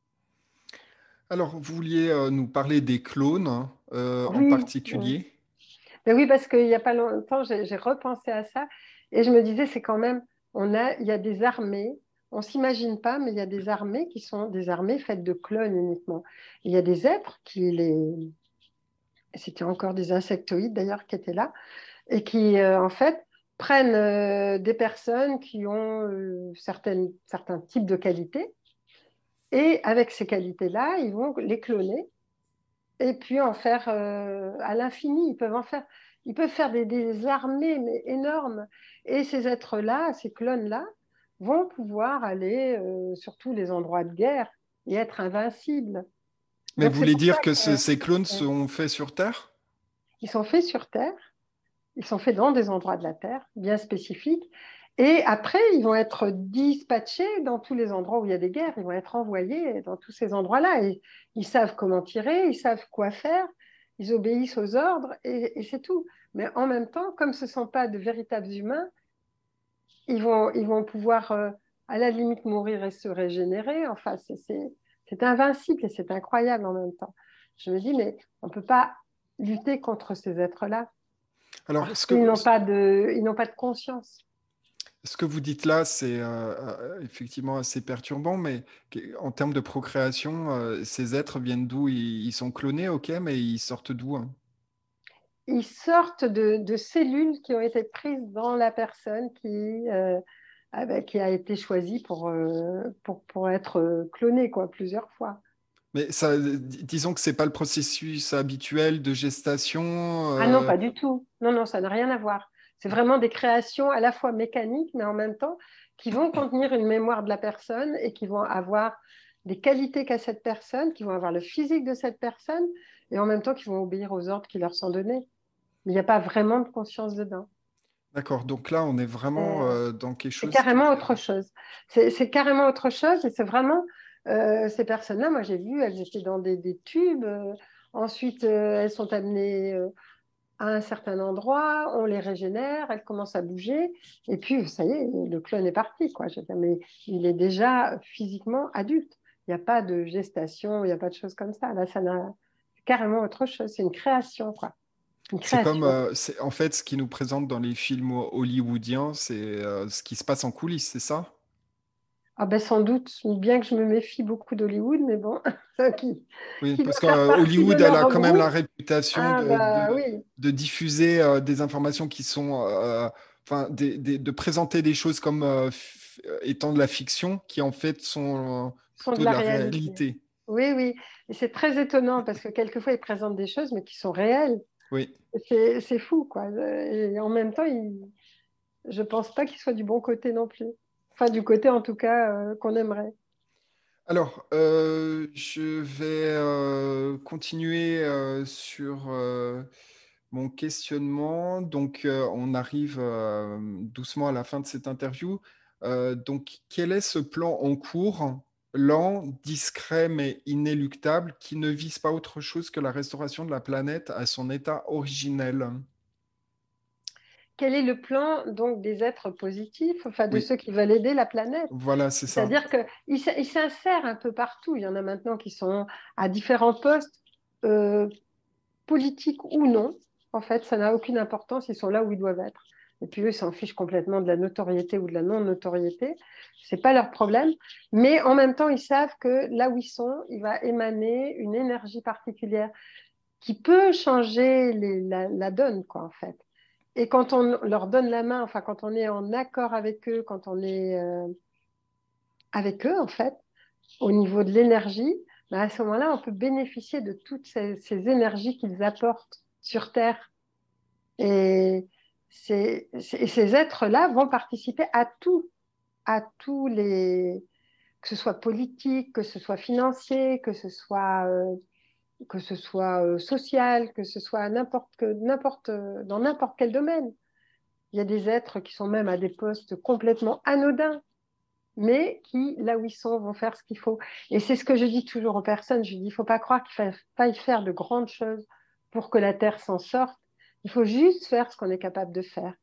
Alors, vous vouliez euh, nous parler des clones hein, euh, en Oui, oui. particulier. Mais oui, parce qu'il n'y a pas longtemps, j'ai j'ai repensé à ça et je me disais, c'est quand même, on a, il y a des armées, on s'imagine pas, mais il y a des armées qui sont des armées faites de clones uniquement. Il y a des êtres qui les, c'était encore des insectoïdes d'ailleurs qui étaient là et qui euh, en fait prennent euh, des personnes qui ont euh, certaines, certains types de qualités et avec ces qualités-là, ils vont les cloner et puis en faire euh, à l'infini. Ils peuvent en faire, ils peuvent faire des, des armées mais énormes. Et ces êtres-là, ces clones-là, vont pouvoir aller euh, sur tous les endroits de guerre et être invincibles. Mais Donc vous c'est voulez pour ça dire que ce- ces clones qu'ils sont faits sur Terre? sont faits sur Terre, ils sont faits dans des endroits de la Terre bien spécifiques. Et après, ils vont être dispatchés dans tous les endroits où il y a des guerres. Ils vont être envoyés dans tous ces endroits-là. Et ils savent comment tirer, ils savent quoi faire, ils obéissent aux ordres et, et c'est tout. Mais en même temps, comme ce ne sont pas de véritables humains, ils vont, ils vont pouvoir euh, à la limite mourir et se régénérer. Enfin, c'est c'est- c'est invincible et c'est incroyable en même temps. Je me dis, mais on ne peut pas lutter contre ces êtres-là Alors, parce ce qu'ils que, n'ont pas de, ils n'ont pas de conscience. ce que vous dites là, c'est euh, euh, effectivement assez perturbant, mais que- en termes de procréation, euh, ces êtres viennent d'où? Ils, ils sont clonés, ok, mais ils sortent d'où hein? Ils sortent de, de cellules qui ont été prises dans la personne qui, euh, ah ben, qui a été choisie pour, euh, pour, pour être euh, clonée quoi, plusieurs fois. Mais ça, dis- disons que c'est pas le processus habituel de gestation. Ah non, euh, pas du tout. Non, non, ça n'a rien à voir. C'est vraiment des créations à la fois mécaniques, mais en même temps qui vont contenir une mémoire de la personne et qui vont avoir des qualités qu'a cette personne, qui vont avoir le physique de cette personne, et en même temps qui vont obéir aux ordres qui leur sont donnés. Mais il n'y a pas vraiment de conscience dedans. D'accord. Donc là, on est vraiment Euh, euh, dans quelque c'est chose qui... carrément autre chose. C'est c'est carrément autre chose, et c'est vraiment euh, ces personnes-là, moi j'ai vu, elles étaient dans des, des tubes, euh, ensuite euh, elles sont amenées euh, à un certain endroit, on les régénère, elles commencent à bouger, et puis ça y est, le clone est parti, quoi. Je veux dire, mais il est déjà physiquement adulte. Il n'y a pas de gestation, il n'y a pas de choses comme ça. Là, ça n'a c'est carrément autre chose. C'est une création, quoi. Une C'est comme, création. euh, c'est, en fait, ce qui nous présente dans les films hollywoodiens, c'est euh, ce qui se passe en coulisses, c'est ça? Ah ben sans doute, bien que je me méfie beaucoup d'Hollywood, mais bon, qui, Oui, qui doit parce que faire euh, partie de Hollywood, elle a leur quand même la groupe. réputation Ah de, bah de, oui, de diffuser euh, des informations qui sont, euh, enfin, des- des- de présenter des choses comme euh, f- étant de la fiction, qui en fait sont euh, sont de plutôt de la la réalité. réalité. Oui, oui. Et c'est très étonnant parce que quelquefois, ils présentent des choses, mais qui sont réelles. Oui. C'est c'est fou, quoi. Et en même temps, il, je pense pas qu'ils soient du bon côté non plus. Enfin, du côté, en tout cas, euh, qu'on aimerait. Alors, euh, je vais euh, continuer euh, sur euh, mon questionnement. Donc, euh, on arrive euh, doucement à la fin de cette interview. Euh, donc, quel est ce plan en cours, lent, discret, mais inéluctable, qui ne vise pas autre chose que la restauration de la planète à son état originel? Quel est le plan, donc, des êtres positifs, enfin, de Oui, ceux qui veulent aider la planète? voilà, c'est ça. C'est-à-dire qu'ils s'insèrent un peu partout. Il y en a maintenant qui sont à différents postes, euh, politiques ou non. En fait, ça n'a aucune importance. Ils sont là où ils doivent être. Et puis eux, ils s'en fichent complètement de la notoriété ou de la non-notoriété. C'est pas leur problème. Mais en même temps, ils savent que là où ils sont, il va émaner une énergie particulière qui peut changer les- la, la donne, quoi, en fait. Et quand on leur donne la main, enfin, quand on est en accord avec eux, quand on est euh, avec eux, en fait, au niveau de l'énergie, ben à ce moment-là, on peut bénéficier de toutes ces, ces énergies qu'ils apportent sur Terre. Et, ces, et ces êtres-là vont participer à tout, à tous les, que ce soit politique, que ce soit financier, que ce soit, euh, que ce soit euh, social, que ce soit n'importe que, n'importe, dans n'importe quel domaine. Il y a des êtres qui sont même à des postes complètement anodins, mais qui, là où ils sont, vont faire ce qu'il faut. Et c'est ce que je dis toujours aux personnes. Je dis, il ne faut pas croire qu'il faille faire de grandes choses pour que la Terre s'en sorte. Il faut juste faire ce qu'on est capable de faire.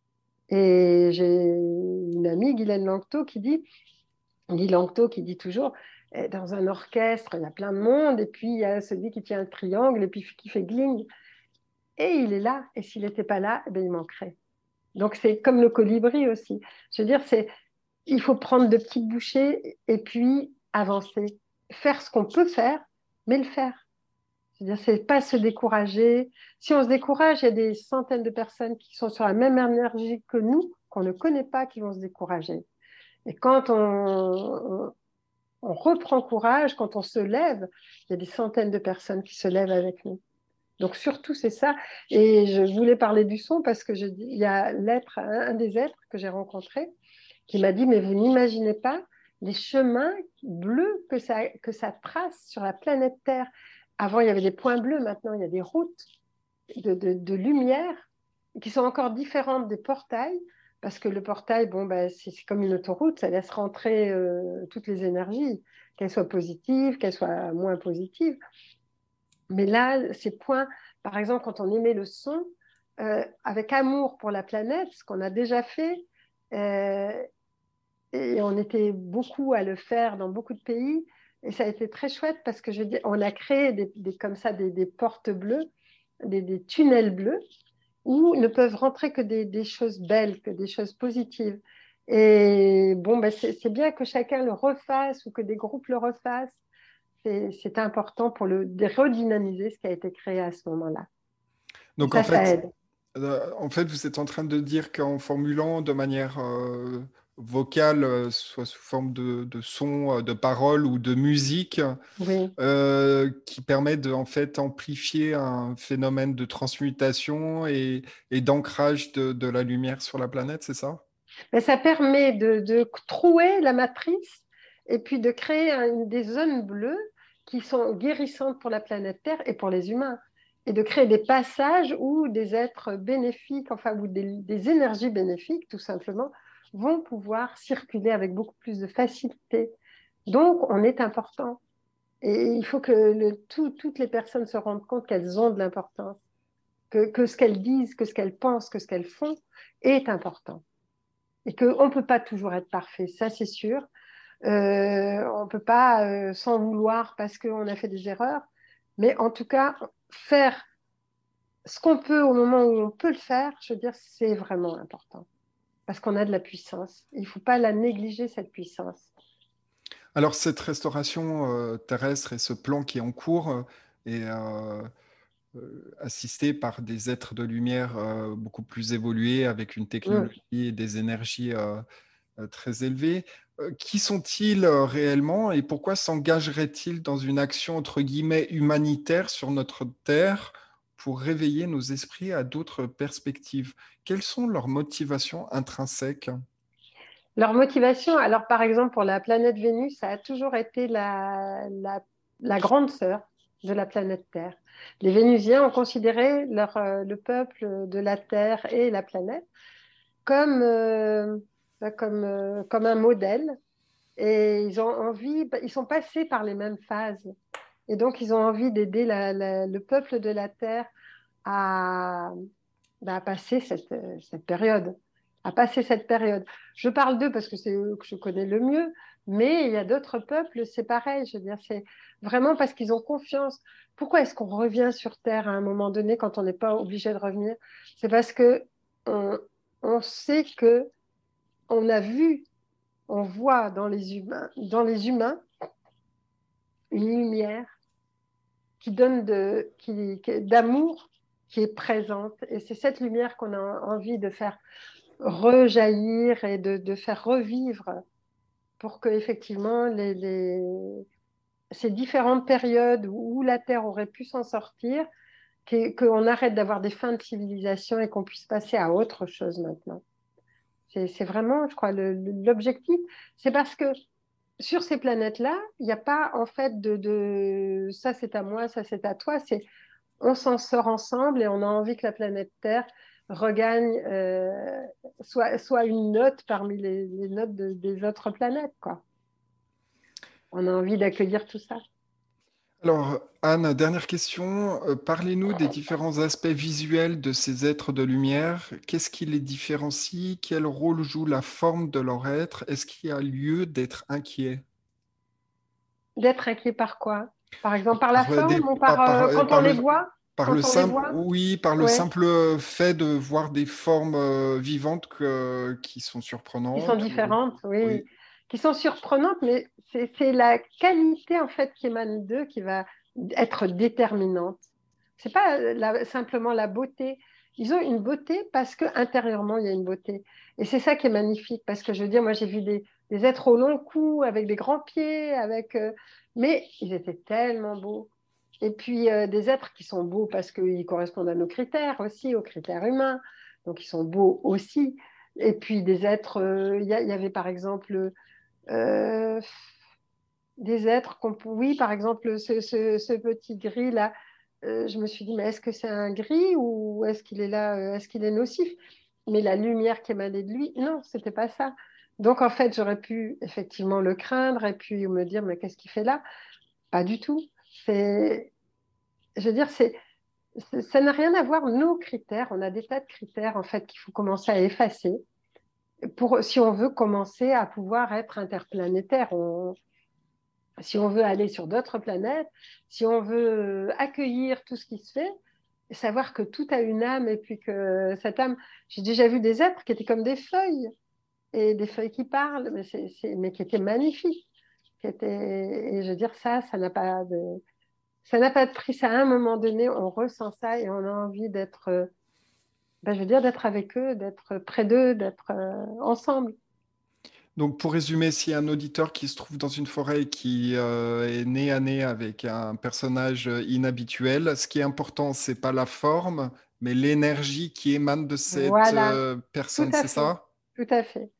Et j'ai une amie, Guylaine Lanctot, qui dit, Guy Lanctot, qui dit toujours, eh, dans un orchestre, il y a plein de monde, et puis il y a celui qui tient le triangle, et puis qui fait gling. Et il est là. Et s'il n'était pas là, eh bien, il manquerait. Donc c'est comme le colibri aussi. Je veux dire, c'est il faut prendre de petites bouchées et puis avancer. Faire ce qu'on peut faire, mais le faire. C'est-à-dire, c'est pas se décourager. Si on se décourage, il y a des centaines de personnes qui sont sur la même énergie que nous, qu'on ne connaît pas, qui vont se décourager. Et quand on, on reprend courage, quand on se lève, il y a des centaines de personnes qui se lèvent avec nous. Donc surtout, c'est ça. Et je voulais parler du son parce que je, il y a l'être, un, un des êtres que j'ai rencontré qui m'a dit, mais vous n'imaginez pas les chemins bleus que ça, que ça trace sur la planète Terre. Avant, il y avait des points bleus, maintenant, il y a des routes de, de, de lumière qui sont encore différentes des portails, parce que le portail, bon, ben, c'est comme une autoroute, ça laisse rentrer euh, toutes les énergies, qu'elles soient positives, qu'elles soient moins positives. Mais là, ces points, par exemple, quand on émet le son, euh, avec amour pour la planète, ce qu'on a déjà fait, euh, et on était beaucoup à le faire dans beaucoup de pays. Et ça a été très chouette parce que je dis, on a créé des, des, comme ça des, des portes bleues, des, des, tunnels bleus où ne peuvent rentrer que des, des, choses belles, que des choses positives. Et bon, ben c'est bien que chacun le refasse ou que des groupes le refassent. C'est important pour le redynamiser ce qui a été créé à ce moment-là. Et Donc, en ça, ça fait, aide. Euh, en fait, vous êtes en train de dire qu'en formulant de manière euh, vocale, euh, soit sous forme de, de son, euh, de parole ou de musique, Oui. euh, qui permet de en fait amplifier un phénomène de transmutation et, et d'ancrage de, de la lumière sur la planète, c'est ça? Mais ça permet de, de trouer la matrice et puis de créer un- des zones bleues qui sont guérissantes pour la planète Terre et pour les humains, et de créer des passages où des êtres bénéfiques, enfin, où des, des énergies bénéfiques, tout simplement, vont pouvoir circuler avec beaucoup plus de facilité. Donc, on est important. Et il faut que le, tout- toutes les personnes se rendent compte qu'elles ont de l'importance, que, que ce qu'elles disent, que ce qu'elles pensent, que ce qu'elles font est important. Et qu'on ne peut pas toujours être parfait, ça c'est sûr. Euh, on ne peut pas euh, s'en vouloir parce qu'on a fait des erreurs, mais en tout cas, faire ce qu'on peut au moment où on peut le faire, je veux dire, c'est vraiment important. Parce qu'on a de la puissance. Il ne faut pas la négliger, cette puissance. Alors, cette restauration euh, terrestre et ce plan qui est en cours euh, est euh, euh, assisté par des êtres de lumière euh, beaucoup plus évolués, avec une Mm. technologie et des énergies euh, euh, très élevées. Euh, qui sont-ils euh, réellement et pourquoi s'engageraient-ils dans une action entre guillemets humanitaire sur notre Terre pour réveiller nos esprits à d'autres perspectives? Quelles sont leurs motivations intrinsèques? Leur motivation, alors par exemple pour la planète Vénus, ça a toujours été la, la, la grande sœur de la planète Terre. Les Vénusiens ont considéré leur, euh, le peuple de la Terre et la planète comme, euh, bah, comme, euh, comme un modèle et ils ont envie, ils sont passés par les mêmes phases et donc ils ont envie d'aider la- la- le peuple de la Terre à, bah, à passer cette, euh, cette période. À passer cette période. Je parle d'eux parce que c'est eux que je connais le mieux, mais il y a d'autres peuples, c'est pareil. Je veux dire, c'est vraiment parce qu'ils ont confiance. Pourquoi est-ce qu'on revient sur Terre à un moment donné quand on n'est pas obligé de revenir? C'est parce que on, on sait que on a vu, on voit dans les humains, dans les humains une lumière qui donne de, qui, qui- d'amour qui est présente. Et c'est cette lumière qu'on a envie de faire rejaillir et de, de faire revivre pour que effectivement les, les, ces différentes périodes où la Terre aurait pu s'en sortir, qu'on qu arrête d'avoir des fins de civilisation et qu'on puisse passer à autre chose maintenant. C'est vraiment, je crois, l'objectif. C'est parce que sur ces planètes-là, il n'y a pas en fait de, de ça c'est à moi, ça c'est à toi. C'est on s'en sort ensemble et on a envie que la planète Terre regagne, euh, soit, soit une note parmi les, les notes de- des autres planètes, quoi. On a envie d'accueillir tout ça. Alors, Anne, dernière question. Euh, Parlez-nous des différents aspects visuels de ces êtres de lumière. Qu'est-ce qui les différencie? Quel rôle joue la forme de leur être? Est-ce qu'il y a lieu d'être inquiet? D'être inquiet par quoi? Par exemple, par la Par, euh, des- forme ou par par, par, euh, euh, quand on par les le, voit? par le Quand on les simple, voit? oui, par le Ouais. simple fait de voir des formes euh, vivantes que- qui sont Qui sont surprenantes ou- différentes, oui. oui. Qui sont surprenantes, mais c'est c'est la qualité en fait qui émane d'eux qui va être déterminante. C'est pas la- simplement la beauté. Ils ont une beauté parce que intérieurement il y a une beauté. Et c'est ça qui est magnifique parce que je veux dire, moi j'ai vu des, des êtres au long cou avec des grands pieds, avec, euh, mais ils étaient tellement beaux. Et puis euh, des êtres qui sont beaux parce qu'ils correspondent à nos critères aussi, aux critères humains. Donc ils sont beaux aussi. Et puis des êtres, euh, il y, a- il y avait par exemple euh, des êtres qu'on peut- oui, par exemple, ce, ce- ce petit gris-là, euh, je me suis dit, mais est-ce que c'est un gris ou est-ce qu'il est là, euh, est-ce qu'il est nocif? Mais la lumière qui émanait de lui, non, c'était pas ça. Donc en fait, j'aurais pu effectivement le craindre et puis me dire, mais qu'est-ce qu'il fait là? Pas du tout. C'est, je veux dire, c'est, c'est- ça n'a rien à voir, nos critères. On a des tas de critères en fait qu'il faut commencer à effacer pour, si on veut commencer à pouvoir être interplanétaire. On, si on veut aller sur d'autres planètes, si on veut accueillir tout ce qui se fait, savoir que tout a une âme et puis que cette âme, j'ai déjà vu des êtres qui étaient comme des feuilles et des feuilles qui parlent, mais, c'est, c'est, mais qui étaient magnifiques. Qui étaient, et je veux dire, ça, ça n'a pas de, ça n'a pas de prix. Ça, à un moment donné, on ressent ça et on a envie d'être, euh, ben, je veux dire, d'être avec eux, d'être près d'eux, d'être euh, ensemble. Donc, pour résumer, s'il y a un auditeur qui se trouve dans une forêt et qui euh, est nez à nez avec un personnage euh, inhabituel, ce qui est important, c'est pas la forme, mais l'énergie qui émane de cette Voilà, euh, tout personne, à c'est fait, ça? tout à fait.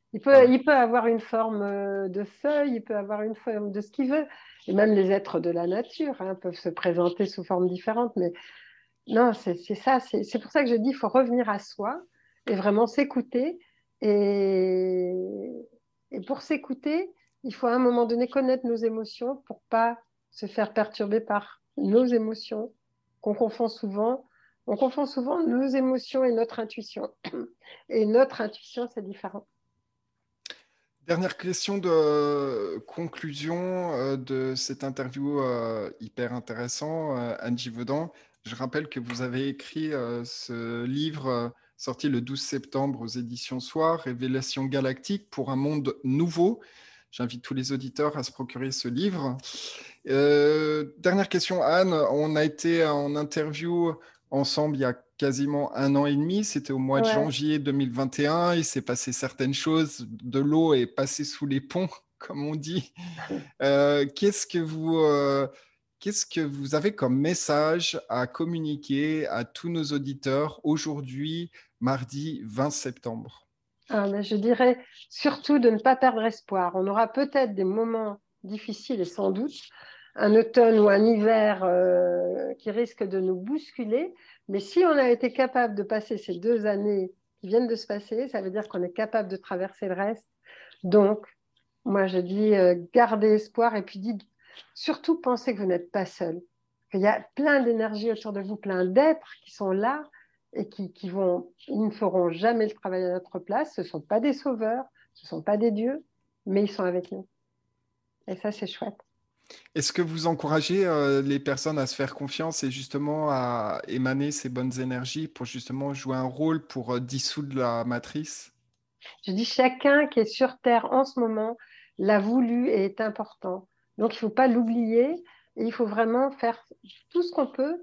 Il peut, Voilà. il peut avoir une forme euh, de feuille, il peut avoir une forme de ce qu'il veut. Et même les êtres de la nature hein, peuvent se présenter sous formes différentes. Mais non, c'est c'est ça. C'est c'est pour ça que je dis il faut revenir à soi et vraiment s'écouter. Et, et pour s'écouter, il faut à un moment donné connaître nos émotions pour pas se faire perturber par nos émotions qu'on confond souvent. On confond souvent nos émotions et notre intuition. Et notre intuition, c'est différent. Dernière question de conclusion euh, de cette interview euh, hyper intéressant, euh, Anne Givaudan. Je rappelle que vous avez écrit euh, ce livre euh, sorti le douze septembre aux éditions Soir, Révélation galactique pour un monde nouveau. J'invite tous les auditeurs à se procurer ce livre. Euh, dernière question, Anne. On a été en interview ensemble il y a quasiment un an et demi. C'était au mois de Ouais. janvier deux mille vingt et un. Il s'est passé certaines choses. De l'eau est passée sous les ponts, comme on dit. Euh, qu'est-ce que vous, euh, qu'est-ce que vous avez comme message à communiquer à tous nos auditeurs aujourd'hui, mardi vingt septembre? Ah, mais je dirais surtout de ne pas perdre espoir. On aura peut-être des moments difficiles et sans doute un automne ou un hiver euh, qui risque de nous bousculer. Mais si on a été capable de passer ces deux années qui viennent de se passer, ça veut dire qu'on est capable de traverser le reste. Donc, moi, je dis euh, gardez espoir et puis dites surtout pensez que vous n'êtes pas seul. Il y a plein d'énergie autour de vous, plein d'êtres qui sont là et qui, qui vont, ils ne feront jamais le travail à notre place. Ce ne sont pas des sauveurs, ce ne sont pas des dieux, mais ils sont avec nous. Et ça, c'est chouette. Est-ce que vous encouragez euh, les personnes à se faire confiance et justement à émaner ces bonnes énergies pour justement jouer un rôle pour euh, dissoudre la matrice? Je dis chacun qui est sur Terre en ce moment l'a voulu et est important. Donc, il ne faut pas l'oublier et il faut vraiment faire tout ce qu'on peut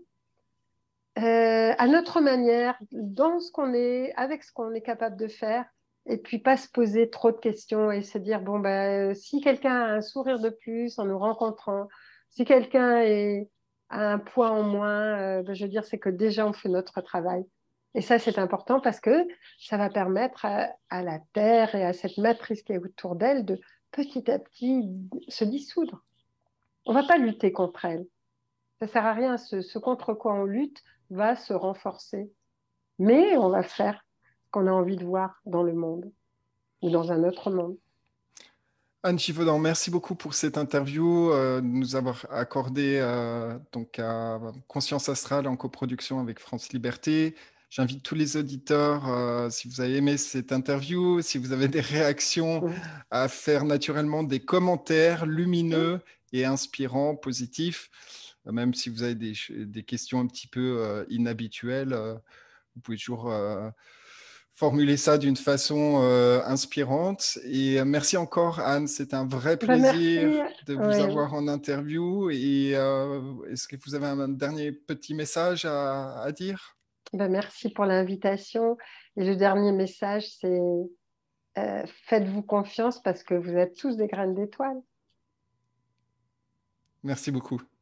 euh, à notre manière, dans ce qu'on est, avec ce qu'on est capable de faire, et puis pas se poser trop de questions et se dire, bon, ben, si quelqu'un a un sourire de plus en nous rencontrant, si quelqu'un est, a un poids en moins, euh, ben, je veux dire, c'est que déjà on fait notre travail. Et ça, c'est important parce que ça va permettre à, à la Terre et à cette matrice qui est autour d'elle de petit à petit se dissoudre. On ne va pas lutter contre elle. Ça sert à rien. Ce, ce contre quoi on lutte va se renforcer. Mais on va faire ce qu'on a envie de voir dans le monde ou dans un autre monde. Anne Givaudan, merci beaucoup pour cette interview, euh, de nous avoir accordé euh, donc à Conscience Astrale en coproduction avec France Liberté. J'invite tous les auditeurs, euh, si vous avez aimé cette interview, si vous avez des réactions, Mhm. à faire naturellement des commentaires lumineux et inspirants, positifs. Euh, Même si vous avez des, des questions un petit peu euh, inhabituelles, euh, vous pouvez toujours euh, formuler ça d'une façon euh, inspirante. Et euh, merci encore, Anne. C'est un vrai Ben merci. plaisir de vous Oui. avoir en interview. Et euh, est-ce que vous avez un dernier petit message à, à dire? Ben merci pour l'invitation. Et le dernier message, c'est euh, faites-vous confiance parce que vous êtes tous des graines d'étoiles. Merci beaucoup.